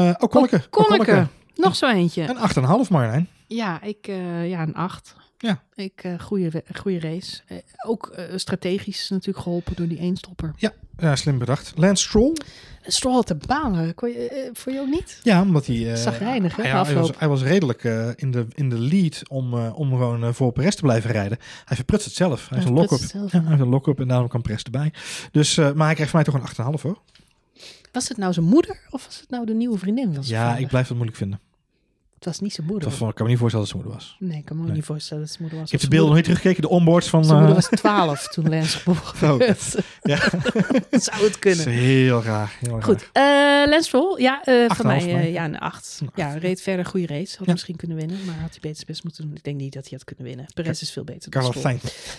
Konneke. Nog zo eentje. Een 8,5 Marjolein. Ja, een 8. Ja. Goede race. Ook strategisch natuurlijk geholpen door die eenstopper. Ja, slim bedacht. Lance Stroll. Stroll had de banen. Voor je ook niet? Ja, omdat hij... Zagrijnig, hè? Hij was redelijk in de lead om gewoon voor Perez te blijven rijden. Hij verprutst het zelf. Hij heeft een lock-up. Hij heeft een lock-up en daarom kan Perez erbij. Dus, maar hij krijgt van mij toch een 8,5 hoor. Was het nou zijn moeder of was het nou de nieuwe vriendin? Ik blijf het moeilijk vinden. Het was niet zijn moeder. Ik kan me niet voorstellen dat het zijn moeder was. Nee, ik kan me niet voorstellen dat het zijn moeder was. Ik heb de beelden nog niet teruggekeken, de onboards van... Zijn moeder was 12 toen Lance geboren werd. Ja. Zou het kunnen. Dat is heel raar. Goed, Lance Stroll, van mij een 8. Ja, reed verder, goede race. Had misschien kunnen winnen, maar had hij beter best moeten doen. Ik denk niet dat hij had kunnen winnen. Perez is veel beter dan Stroll.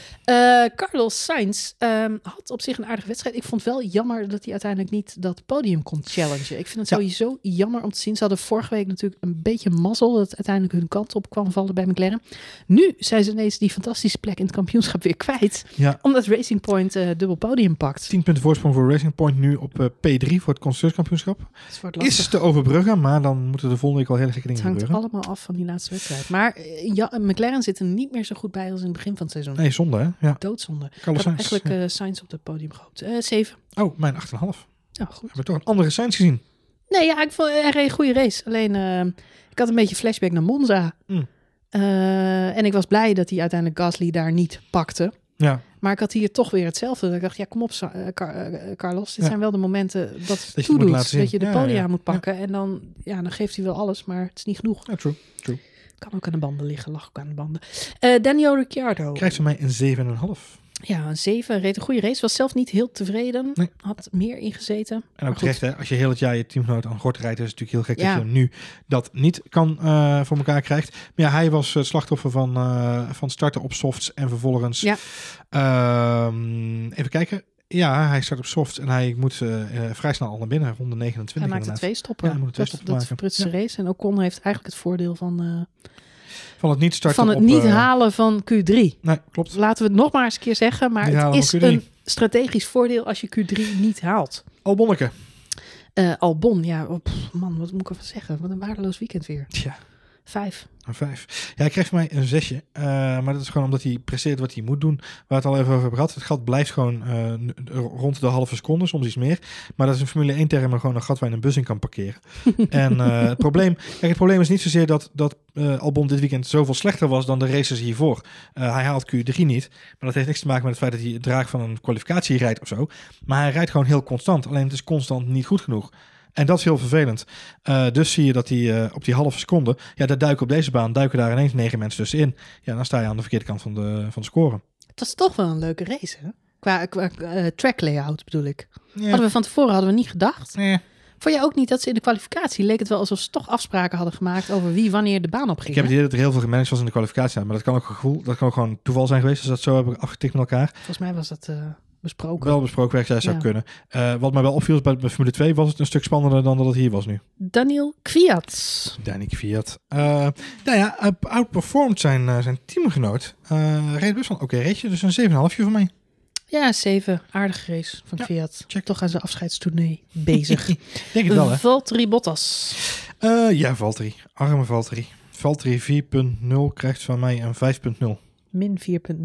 Carlos Sainz had op zich een aardige wedstrijd. Ik vond wel jammer dat hij uiteindelijk niet dat podium kon challengen. Ik vind het sowieso jammer om te zien. Ze hadden vorige week natuurlijk een beetje mazzel dat het uiteindelijk hun kant op kwam vallen bij McLaren. Nu zijn ze ineens die fantastische plek in het kampioenschap weer kwijt. Ja. Omdat Racing Point dubbel podium pakt. 10 punten voorsprong voor Racing Point nu op P3 voor het constructeurskampioenschap. Is te overbruggen, maar dan moeten de volgende week al hele gekke dingen gebeuren. Het hangt allemaal af van die laatste wedstrijd. Maar McLaren zit er niet meer zo goed bij als in het begin van het seizoen. Nee, zonde hè? Ja. Doodzonde. Carlos Sainz. Eigenlijk Sainz op het podium gehoopt. 7. Oh, mijn 8,5. Ja, goed. Hebben we toch een andere Sainz gezien? Nee, ja, ik vond hij reed een goede race. Alleen, ik had een beetje flashback naar Monza. En ik was blij dat hij uiteindelijk Gasly daar niet pakte. Ja. Maar ik had hier toch weer hetzelfde. Dat ik dacht, ja, kom op, Carlos. Dit zijn wel de momenten dat het toedoet. Dat je de podia moet pakken. En dan geeft hij wel alles, maar het is niet genoeg. Ja, true. Kan ook aan de banden liggen, lag ook aan de banden. Daniel Ricciardo. Krijgt van mij een 7,5. Ja, een 7. Reed een goede race. Was zelf niet heel tevreden. Nee. Had meer ingezeten. En ook terecht, hè? Als je heel het jaar je teamgenoot aan gort rijdt, is het natuurlijk heel gek dat je nu dat niet kan voor elkaar krijgt. Maar ja, hij was het slachtoffer van starten op softs en vervolgens... Ja. Even kijken. Ja, hij start op soft en hij moet vrij snel al naar binnen, ronde 29. Hij maakte 2 stoppen. Ja, hij moet 2 stoppen maken. Dat verprutste race. En Ocon heeft eigenlijk het voordeel van het niet starten van het niet halen van Q3. Nee, klopt. Laten we het nog maar eens een keer zeggen, maar het is een strategisch voordeel als je Q3 niet haalt. Albonneke. Albon, ja. Man, wat moet ik ervan zeggen? Wat een waardeloos weekend weer. Ja. 5. Een 5. Ja, hij krijgt van mij een 6. Maar dat is gewoon omdat hij presteert wat hij moet doen. Waar we het al even over hebben gehad. Het gat blijft gewoon rond de halve seconde, soms iets meer. Maar dat is een Formule 1 term gewoon een gat waar je een bus in kan parkeren. En het probleem is niet zozeer dat Albon dit weekend zoveel slechter was dan de races hiervoor. Hij haalt Q3 niet. Maar dat heeft niks te maken met het feit dat hij het draag van een kwalificatie rijdt of zo. Maar hij rijdt gewoon heel constant. Alleen het is constant niet goed genoeg. En dat is heel vervelend. Dus zie je dat hij op die halve seconde... Ja, daar duiken op deze baan daar ineens 9 mensen tussenin. Ja, dan sta je aan de verkeerde kant van de score. Het was toch wel een leuke race, hè? Qua track layout bedoel ik. Ja. Hadden we van tevoren niet gedacht. Nee. Vond je ook niet dat ze in de kwalificatie... leek het wel alsof ze toch afspraken hadden gemaakt... over wie wanneer de baan op ging? Ik heb het idee dat er heel veel gemanaged was in de kwalificatie. Maar dat kan ook gewoon toeval zijn geweest... als ze dat zo hebben afgetikt met elkaar. Volgens mij was dat besproken. Wel besproken werd, zou kunnen. Wat mij wel opviel bij Formule 2... was het een stuk spannender dan dat het hier was nu. Daniel Kvyat. Outperformed zijn teamgenoot. Reed best wel een oké race. Dus een 7,5 van mij. Ja, 7. Aardige race van Kvyat. Check. Toch aan zijn afscheidstournee bezig. Denk het wel, hè? Valtteri Bottas. Ja, Valtteri. Arme Valtteri. Valtteri 4.0 krijgt van mij een 5.0. Min 4.0.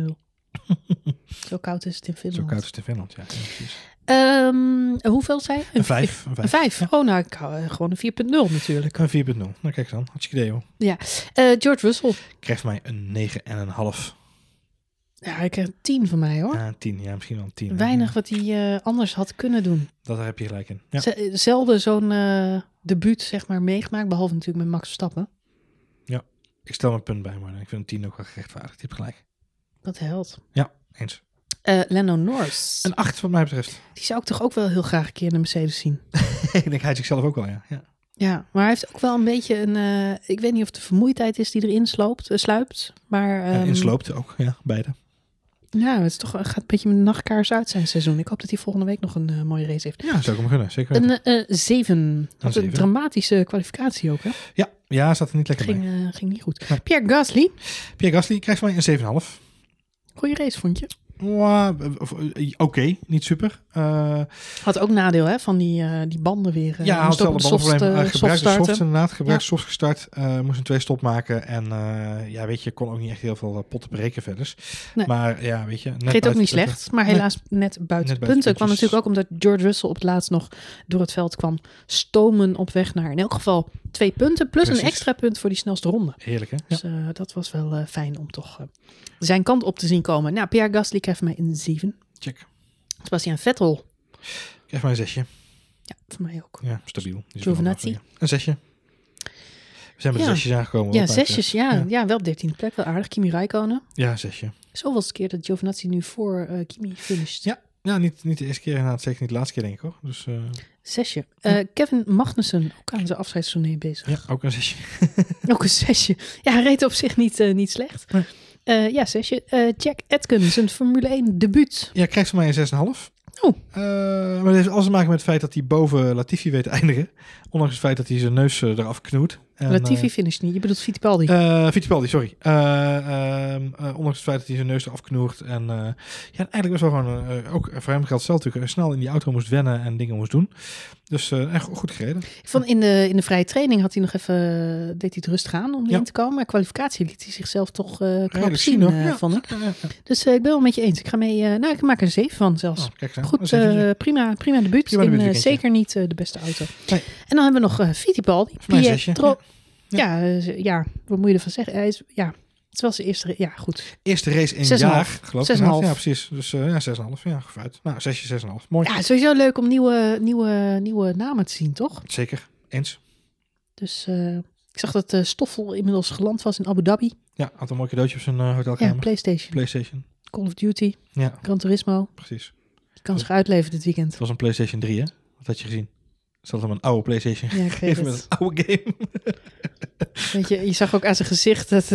Zo koud is het in Finland. Zo koud is het in Finland, ja precies. Hoeveel zei je? Een 5. Een 5. Ja. Oh, nou, ik hou gewoon een 4.0 natuurlijk. Een 4.0. Nou, kijk dan. Hartstikke idee, hoor. Ja. George Russell. Krijgt van mij een 9,5. Ja, ik krijg 10 van mij, hoor. Ja, 10. Ja, misschien wel een 10. Weinig wat hij anders had kunnen doen. Daar heb je gelijk in. Ja. Zelden zo'n debuut, zeg maar, meegemaakt. Behalve natuurlijk met Max Verstappen. Ja, ik stel mijn punt bij, maar ik vind een 10 ook wel gerechtvaardigd. Je hebt gelijk. Wat held. Ja, eens. Lando Norris. Een 8 wat mij betreft. Die zou ik toch ook wel heel graag een keer in de Mercedes zien. Ik denk hij zichzelf ook wel, ja. Ja, maar hij heeft ook wel een beetje een... ik weet niet of het de vermoeidheid is die erin sluipt. Maar, insloopt ook, ja, beide. Ja, het is toch, gaat een beetje met de nachtkaars uit zijn seizoen. Ik hoop dat hij volgende week nog een mooie race heeft. Ja, zou ik hem gunnen, zeker weten. Een 7. Dat was een dramatische kwalificatie ook, hè? Ja, zat er niet lekker bij. Ging niet goed. Nee. Pierre Gasly. Pierre Gasly krijgt van mij een 7,5. Goeie race, vond je? Oké, niet super. Had ook nadeel, hè? Van die banden weer. Ja, had zelf een bandenprobleem. Gebruikte soft inderdaad. Gebruikte soft gestart. Moest een 2-stop maken. En weet je, kon ook niet echt heel veel potten breken verder. Nee. Maar ja, weet je. Reed ook niet slecht. Maar helaas net buiten punten. Kwam natuurlijk ook omdat George Russell op het laatst nog door het veld kwam stomen op weg naar in elk geval 2 punten. Plus een extra punt voor die snelste ronde. Heerlijk, hè? Dus dat was wel fijn om toch zijn kant op te zien komen. Nou, Pierre Gasly krijgt van mij een 7. Check. Sebastian Vettel. Krijg mij een 6. Ja, voor mij ook. Ja, stabiel. Giovinazzi. Een 6. We zijn met 6 aangekomen. Ja, 6. Ja, wel 13e plek. Wel aardig. Kimi Räikkönen. Ja, 6. Zoveelste keer dat Giovinazzi nu voor Kimi finisht. Ja, niet de eerste keer inderdaad. Zeker niet de laatste keer, denk ik, hoor. Dus, 6. Kevin Magnussen, ook aan zijn afscheidstournee bezig. Ja, ook een 6. Ook een 6. Ja, hij reed op zich niet slecht. Nee. Ja, 6. Jack Atkins, een Formule 1 debuut. Ja, krijgt van mij een 6,5. Oh. Maar dat heeft alles te maken met het feit dat hij boven Latifi weet te eindigen. Ondanks het feit dat hij zijn neus eraf knoeit. Latifi finish niet, je bedoelt Fittipaldi. Fittipaldi, sorry. Ondanks het feit dat hij zijn neus eraf knoert. En eigenlijk was wel gewoon, ook voor hem geldt zelf natuurlijk, snel in die auto moest wennen en dingen moest doen. Dus echt goed gereden. Ik vond in de vrije training had hij nog even, deed hij het rustig aan om erin te komen. Maar kwalificatie liet hij zichzelf toch knap zien, vond ik. Ja. Dus ik ben wel met je eens. Ik ga mee, ik maak er een 7 van zelfs. Oh, kijk, goed, prima debuut. Zeker niet de beste auto. Nee. En dan hebben we nog Fittipaldi. Pietro. Ja, wat moet je ervan zeggen? Hij is, het was zijn eerste, goed. Eerste race in 6,5. jaar, geloof ik. 6,5. Ja, precies. Dus 6,5. Ja, vooruit. Nou, 6,5. Mooi. Ja, sowieso leuk om nieuwe namen te zien, toch? Zeker. Eens. Dus ik zag dat Stoffel inmiddels geland was in Abu Dhabi. Ja, had een mooi cadeautje op zijn hotelkamer. Ja, PlayStation. Call of Duty. Ja. Gran Turismo. Precies. Je kan zich uitleven dit weekend. Het was een PlayStation 3, hè? Wat had je gezien? Ze hadden hem een oude PlayStation gegeven met een oude game. Weet je zag ook aan zijn gezicht dat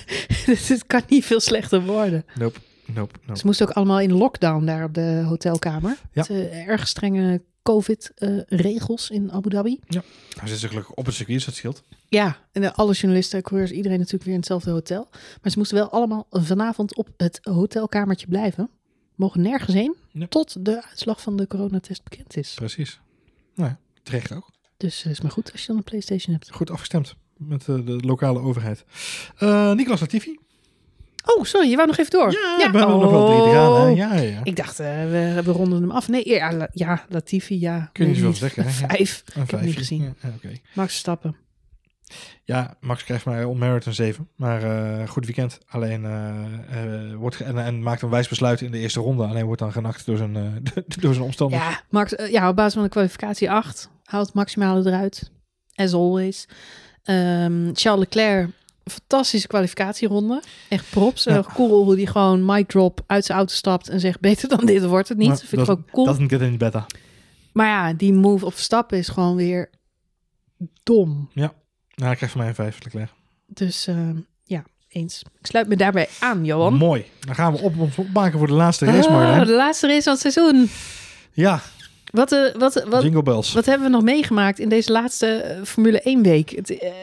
het kan niet veel slechter worden. Nope. Ze moesten ook allemaal in lockdown daar op de hotelkamer. Ja. Met erg strenge COVID-regels in Abu Dhabi. Ja, hij zit gelukkig op het circuit, dat scheelt. Ja, en alle journalisten, coureurs, iedereen natuurlijk weer in hetzelfde hotel. Maar ze moesten wel allemaal vanavond op het hotelkamertje blijven. Mogen nergens heen, tot de uitslag van de coronatest bekend is. Precies. Nou ja, terecht ook. Dus is maar goed als je dan een PlayStation hebt. Goed afgestemd. met de lokale overheid. Nicolas Latifi. Oh, sorry, je wou nog even door. Ja, we hebben nog wel 3 te gaan. Hè? Ja. Ik dacht, we ronden hem af. Nee, Latifi, ja. Kun je niet Nee, zoveel zeggen. Hè? 5. Een Ik heb hem niet gezien. Ja, okay. Max Verstappen. Ja, Max krijgt maar on-merit een 7. Maar goed weekend. Alleen en maakt een wijs besluit in de eerste ronde. Alleen wordt dan genakt door zijn omstanders. Ja, Max, op basis van de kwalificatie 8. Haalt het maximale eruit. As always. Charles Leclerc, fantastische kwalificatieronde. Echt props. Cool hoe die gewoon mic drop uit zijn auto stapt en zegt, beter dan dit wordt het niet. Dat vind ik ook cool. Doesn't get any better. Maar ja, die move op Verstappen is gewoon weer dom. Ja, hij krijgt van mij een 5, Leclerc. Dus eens. Ik sluit me daarbij aan, Johan. Mooi. Dan gaan we ons opmaken voor de laatste race, Marjolein. De laatste race van het seizoen. Ja. Wat Jingle bells. Wat hebben we nog meegemaakt in deze laatste Formule 1 week?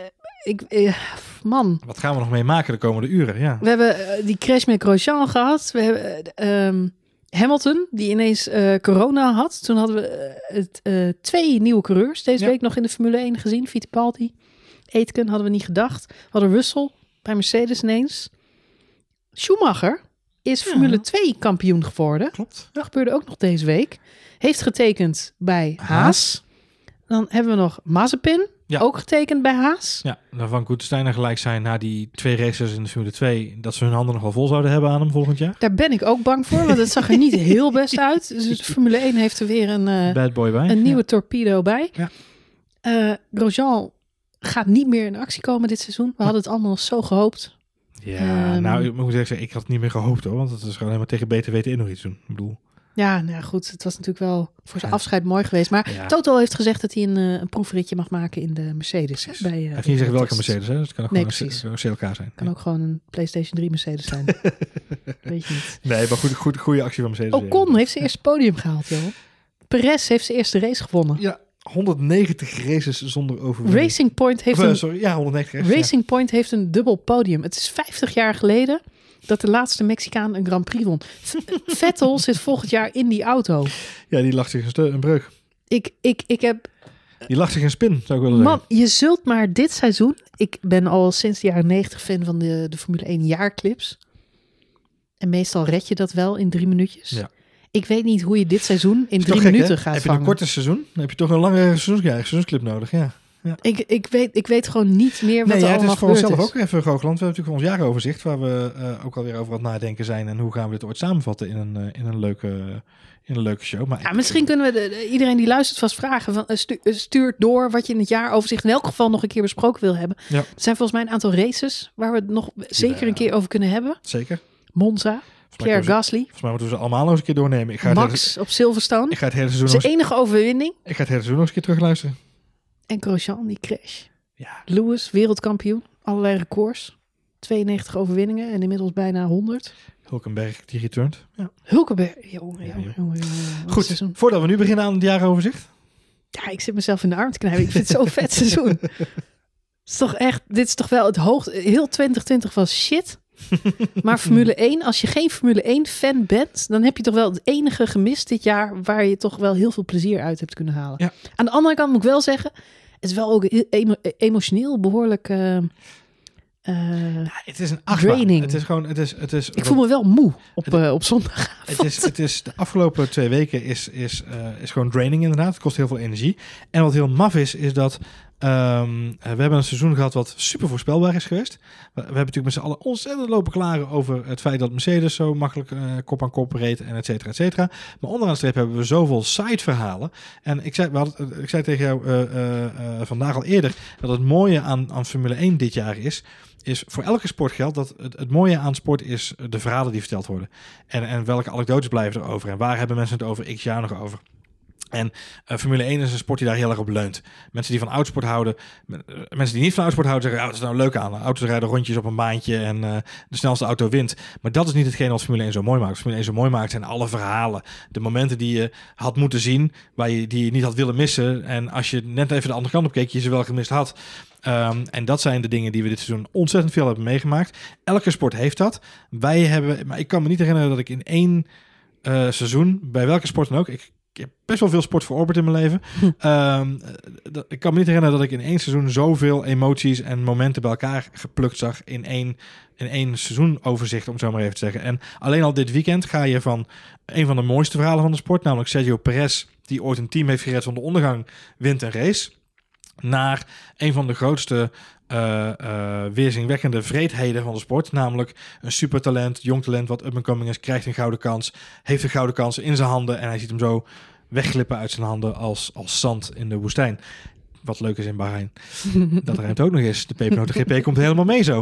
Man. Wat gaan we nog mee maken de komende uren? Ja. We hebben die crash met Grosjean gehad. We hebben Hamilton, die ineens corona had. Toen hadden we 2 nieuwe coureurs deze week nog in de Formule 1 gezien. Fittipaldi, Aitken, hadden we niet gedacht. We hadden Russell bij Mercedes ineens. Schumacher is Formule 2 kampioen geworden. Klopt. Dat gebeurde ook nog deze week. Heeft getekend bij Haas. Dan hebben we nog Mazepin. Ja. Ook getekend bij Haas. Ja, dan van Koetesteiner gelijk zijn na die 2 races in de Formule 2... dat ze hun handen nog wel vol zouden hebben aan hem volgend jaar. Daar ben ik ook bang voor, want het zag er niet heel best uit. Dus Formule 1 heeft er weer bad boy bij. Een nieuwe torpedo bij. Ja. Grosjean gaat niet meer in actie komen dit seizoen. We hadden het allemaal nog zo gehoopt. Ja, ik moet zeggen, ik had het niet meer gehoopt hoor. Want het is gewoon helemaal tegen beter weten in nog iets doen. Ik bedoel... Ja, nou goed. Het was natuurlijk wel voor zijn afscheid mooi geweest. Maar Toto heeft gezegd dat hij een proefritje mag maken in de Mercedes. Hij heeft niet gezegd welke Mercedes. Hè? Dat kan ook gewoon een CLK zijn. Kan ook gewoon een PlayStation 3 Mercedes zijn. Weet je niet. Nee, maar goede actie van Mercedes. Ocon heeft zijn eerste podium gehaald, joh. Perez heeft zijn eerste race gewonnen. Ja, 190 races zonder overwinning. Racing Point heeft 190 races. Racing Point heeft een dubbel podium. Het is 50 jaar geleden dat de laatste Mexicaan een Grand Prix won. Vettel zit volgend jaar in die auto. Ja, die lacht zich een breuk. Ik heb... Die lacht zich een spin, zou ik willen zeggen. Man, je zult maar dit seizoen... Ik ben al sinds de jaren 90 fan van de Formule 1 jaarclips. En meestal red je dat wel in 3 minuutjes. Ja. Ik weet niet hoe je dit seizoen in 3 minuten gaat vangen. Heb je een korte seizoen? Dan heb je toch een langere seizoensclip nodig, ja. Ja. Ik weet gewoon niet meer wat er allemaal het is voor onszelf is. ook even Goochland. We hebben natuurlijk ons jaaroverzicht... waar we ook alweer over wat nadenken zijn... en hoe gaan we dit ooit samenvatten in een leuke show. Maar misschien kunnen we iedereen die luistert vast vragen... van stuurt door wat je in het jaaroverzicht... in elk geval nog een keer besproken wil hebben. Ja. Er zijn volgens mij een aantal races... waar we het nog zeker een keer over kunnen hebben. Zeker. Monza. Pierre Gasly. Volgens mij moeten we ze allemaal nog eens een keer doornemen. Max op Silverstone. Ik ga het hele seizoen zijn enige overwinning. Ik ga het hele seizoen nog eens een keer terugluisteren. En Grosjean, die crash. Ja. Lewis, wereldkampioen. Allerlei records. 92 overwinningen en inmiddels bijna 100. Hulkenberg, die returned. Ja. Hulkenberg. Jongen. Goed, seizoen. Voordat we nu beginnen aan het jaaroverzicht. Ja, ik zit mezelf in de arm te knijpen. Ik vind het zo'n vet seizoen. Is toch echt, dit is toch wel het hoogte. Heel 2020 was shit. Maar Formule 1, als je geen Formule 1 fan bent, dan heb je toch wel het enige gemist dit jaar waar je toch wel heel veel plezier uit hebt kunnen halen. Ja. Aan de andere kant moet ik wel zeggen, het is wel ook emotioneel behoorlijk het is een achtbaan. Draining. Het is gewoon, het is. Ik voel me wel moe op zondagavond. Het is de afgelopen 2 weken is gewoon draining inderdaad. Het kost heel veel energie. En wat heel maf is dat we hebben een seizoen gehad wat super voorspelbaar is geweest. We hebben natuurlijk met z'n allen ontzettend lopen klaren over het feit dat Mercedes zo makkelijk kop aan kop reed en et cetera, et cetera. Maar onderaan de streep hebben we zoveel side-verhalen. En ik zei tegen jou vandaag al eerder dat het mooie aan Formule 1 dit jaar is voor elke sport geldt dat het mooie aan sport is de verhalen die verteld worden. En welke anekdotes blijven erover en waar hebben mensen het over x jaar nog over. En Formule 1 is een sport die daar heel erg op leunt. Mensen die van autosport houden, mensen die niet van autosport houden zeggen, dat is nou leuk aan. Auto's rijden rondjes op een baantje en de snelste auto wint. Maar dat is niet hetgeen wat Formule 1 zo mooi maakt. Wat Formule 1 zo mooi maakt zijn alle verhalen. De momenten die je had moeten zien, die je niet had willen missen. En als je net even de andere kant op keek, je ze wel gemist had. En dat zijn de dingen die we dit seizoen ontzettend veel hebben meegemaakt. Elke sport heeft dat. Maar ik kan me niet herinneren dat ik in 1 seizoen, bij welke sport dan ook, ik heb best wel veel sport verorberd in mijn leven. Ik kan me niet herinneren dat ik in 1 seizoen zoveel emoties en momenten bij elkaar geplukt zag in één seizoenoverzicht, om het zo maar even te zeggen. En alleen al dit weekend ga je van een van de mooiste verhalen van de sport, namelijk Sergio Perez, die ooit een team heeft gered van de ondergang, wint een race, naar een van de grootste weerzinwekkende vreedheden van de sport. Namelijk een supertalent, jong talent wat up-and-coming is, krijgt een gouden kans, heeft een gouden kans in zijn handen en hij ziet hem zo wegglippen uit zijn handen als zand in de woestijn. Wat leuk is in Bahrein. Dat ruimt ook nog eens. De pepernoten GP komt helemaal mee zo.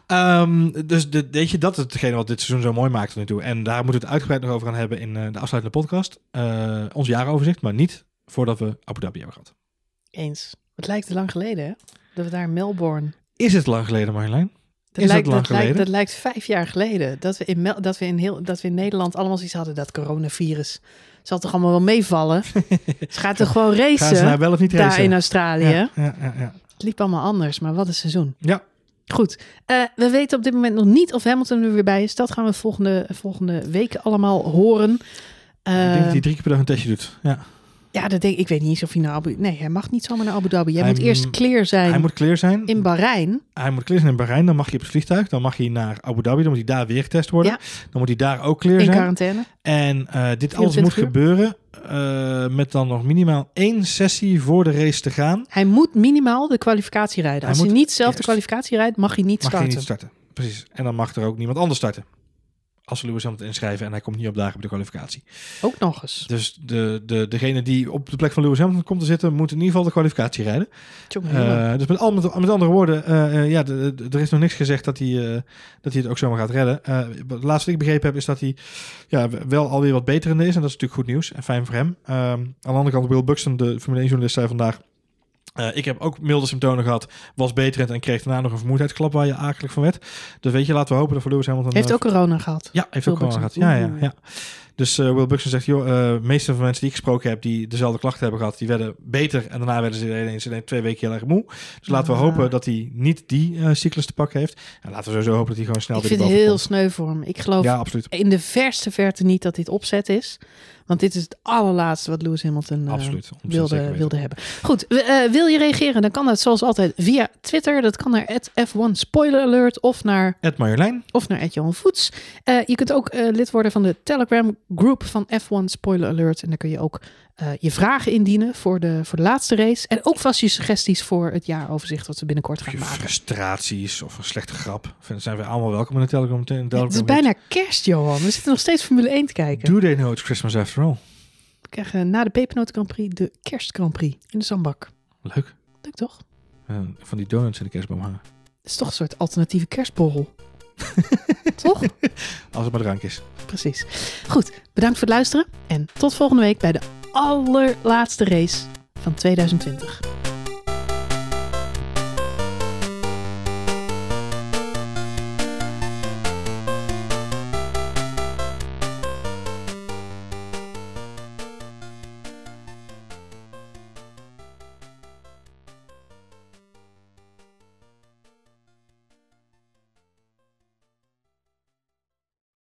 Dus weet je, dat is hetgene wat dit seizoen zo mooi maakt tot nu toe. En daar moeten we het uitgebreid nog over gaan hebben in de afsluitende podcast. Ons jaaroverzicht, maar niet voordat we Abu Dhabi hebben gehad. Eens. Het lijkt te lang geleden, hè? Dat we daar in Melbourne... Is het lang geleden, Marjolein? Dat lijkt 5 jaar geleden. Dat we in Nederland allemaal zoiets hadden. Dat coronavirus zal toch allemaal wel meevallen. Ze gaat toch gewoon racen? Gaan ze nou wel of niet racen? Daar in Australië. Ja. Het liep allemaal anders, maar wat een seizoen. Ja. Goed. We weten op dit moment nog niet of Hamilton er weer bij is. Dat gaan we volgende week allemaal horen. Ik denk dat hij 3 keer per dag een testje doet. Ja. Ja, ik weet niet eens of hij naar Abu... Nee, hij mag niet zomaar naar Abu Dhabi. Hij moet eerst clear zijn. Hij moet clear zijn. In Bahrein. Hij moet clear zijn in Bahrein. Dan mag hij op het vliegtuig. Dan mag hij naar Abu Dhabi. Dan moet hij daar weer getest worden. Ja. Dan moet hij daar ook clear zijn. In quarantaine. En dit alles moet gebeuren met dan nog minimaal 1 sessie voor de race te gaan. Hij moet minimaal de kwalificatie rijden. Als hij niet zelf de kwalificatie rijdt, mag hij niet starten. Precies. En dan mag er ook niemand anders starten. Als we Lewis Hamilton inschrijven en hij komt niet op dagen op de kwalificatie. Ook nog eens. Dus degene die op de plek van Lewis Hamilton komt te zitten, moet in ieder geval de kwalificatie rijden. Dus met andere woorden, er is nog niks gezegd dat hij het ook zomaar gaat redden. Het laatste wat ik begrepen heb is dat hij wel alweer wat beterende is. En dat is natuurlijk goed nieuws en fijn voor hem. Aan de andere kant, Will Buxton, de Formule 1 journalist, zei vandaag: ik heb ook milde symptomen gehad, was beterend en kreeg daarna nog een vermoeidheidsklap waar je akelig van werd. Dus weet je, laten we hopen dat voor Lewis Hamilton... Heeft ook corona gehad. Ja, heeft ook corona gehad. Ja. Dus Will Buxton zegt, meeste van de mensen die ik gesproken heb die dezelfde klachten hebben gehad, die werden beter en daarna werden ze ineens 2 weken heel erg moe. Dus laten we hopen dat hij niet die cyclus te pakken heeft. En laten we sowieso hopen dat hij gewoon snel weer boven komt. Ik vind het heel sneu voor hem. Ik geloof in de verste verte niet dat dit opzet is. Want dit is het allerlaatste wat Lewis Hamilton wilde hebben. Goed, wil je reageren? Dan kan dat zoals altijd via Twitter. Dat kan naar @F1 Spoiler Alert of naar @Marjolein of naar @Johan Voets. Je kunt ook lid worden van de Telegram groep van F1 Spoiler Alert. En daar kun je ook je vragen indienen voor de laatste race. En ook vast je suggesties voor het jaaroverzicht wat we binnenkort gaan maken. Frustraties of een slechte grap. Zijn we allemaal welkom in de Telegram. Het is bijna kerst, Johan. We zitten nog steeds Formule 1 te kijken. Do they know it's Christmas after all? We krijgen na de Pepernoten Grand Prix de Kerst Grand Prix in de zandbak. Leuk. Leuk toch? Van die donuts in de kerstboom hangen. Het is toch een soort alternatieve kerstborrel. Toch? Als het maar drank is. Precies. Goed, bedankt voor het luisteren. En tot volgende week bij de allerlaatste race van 2020.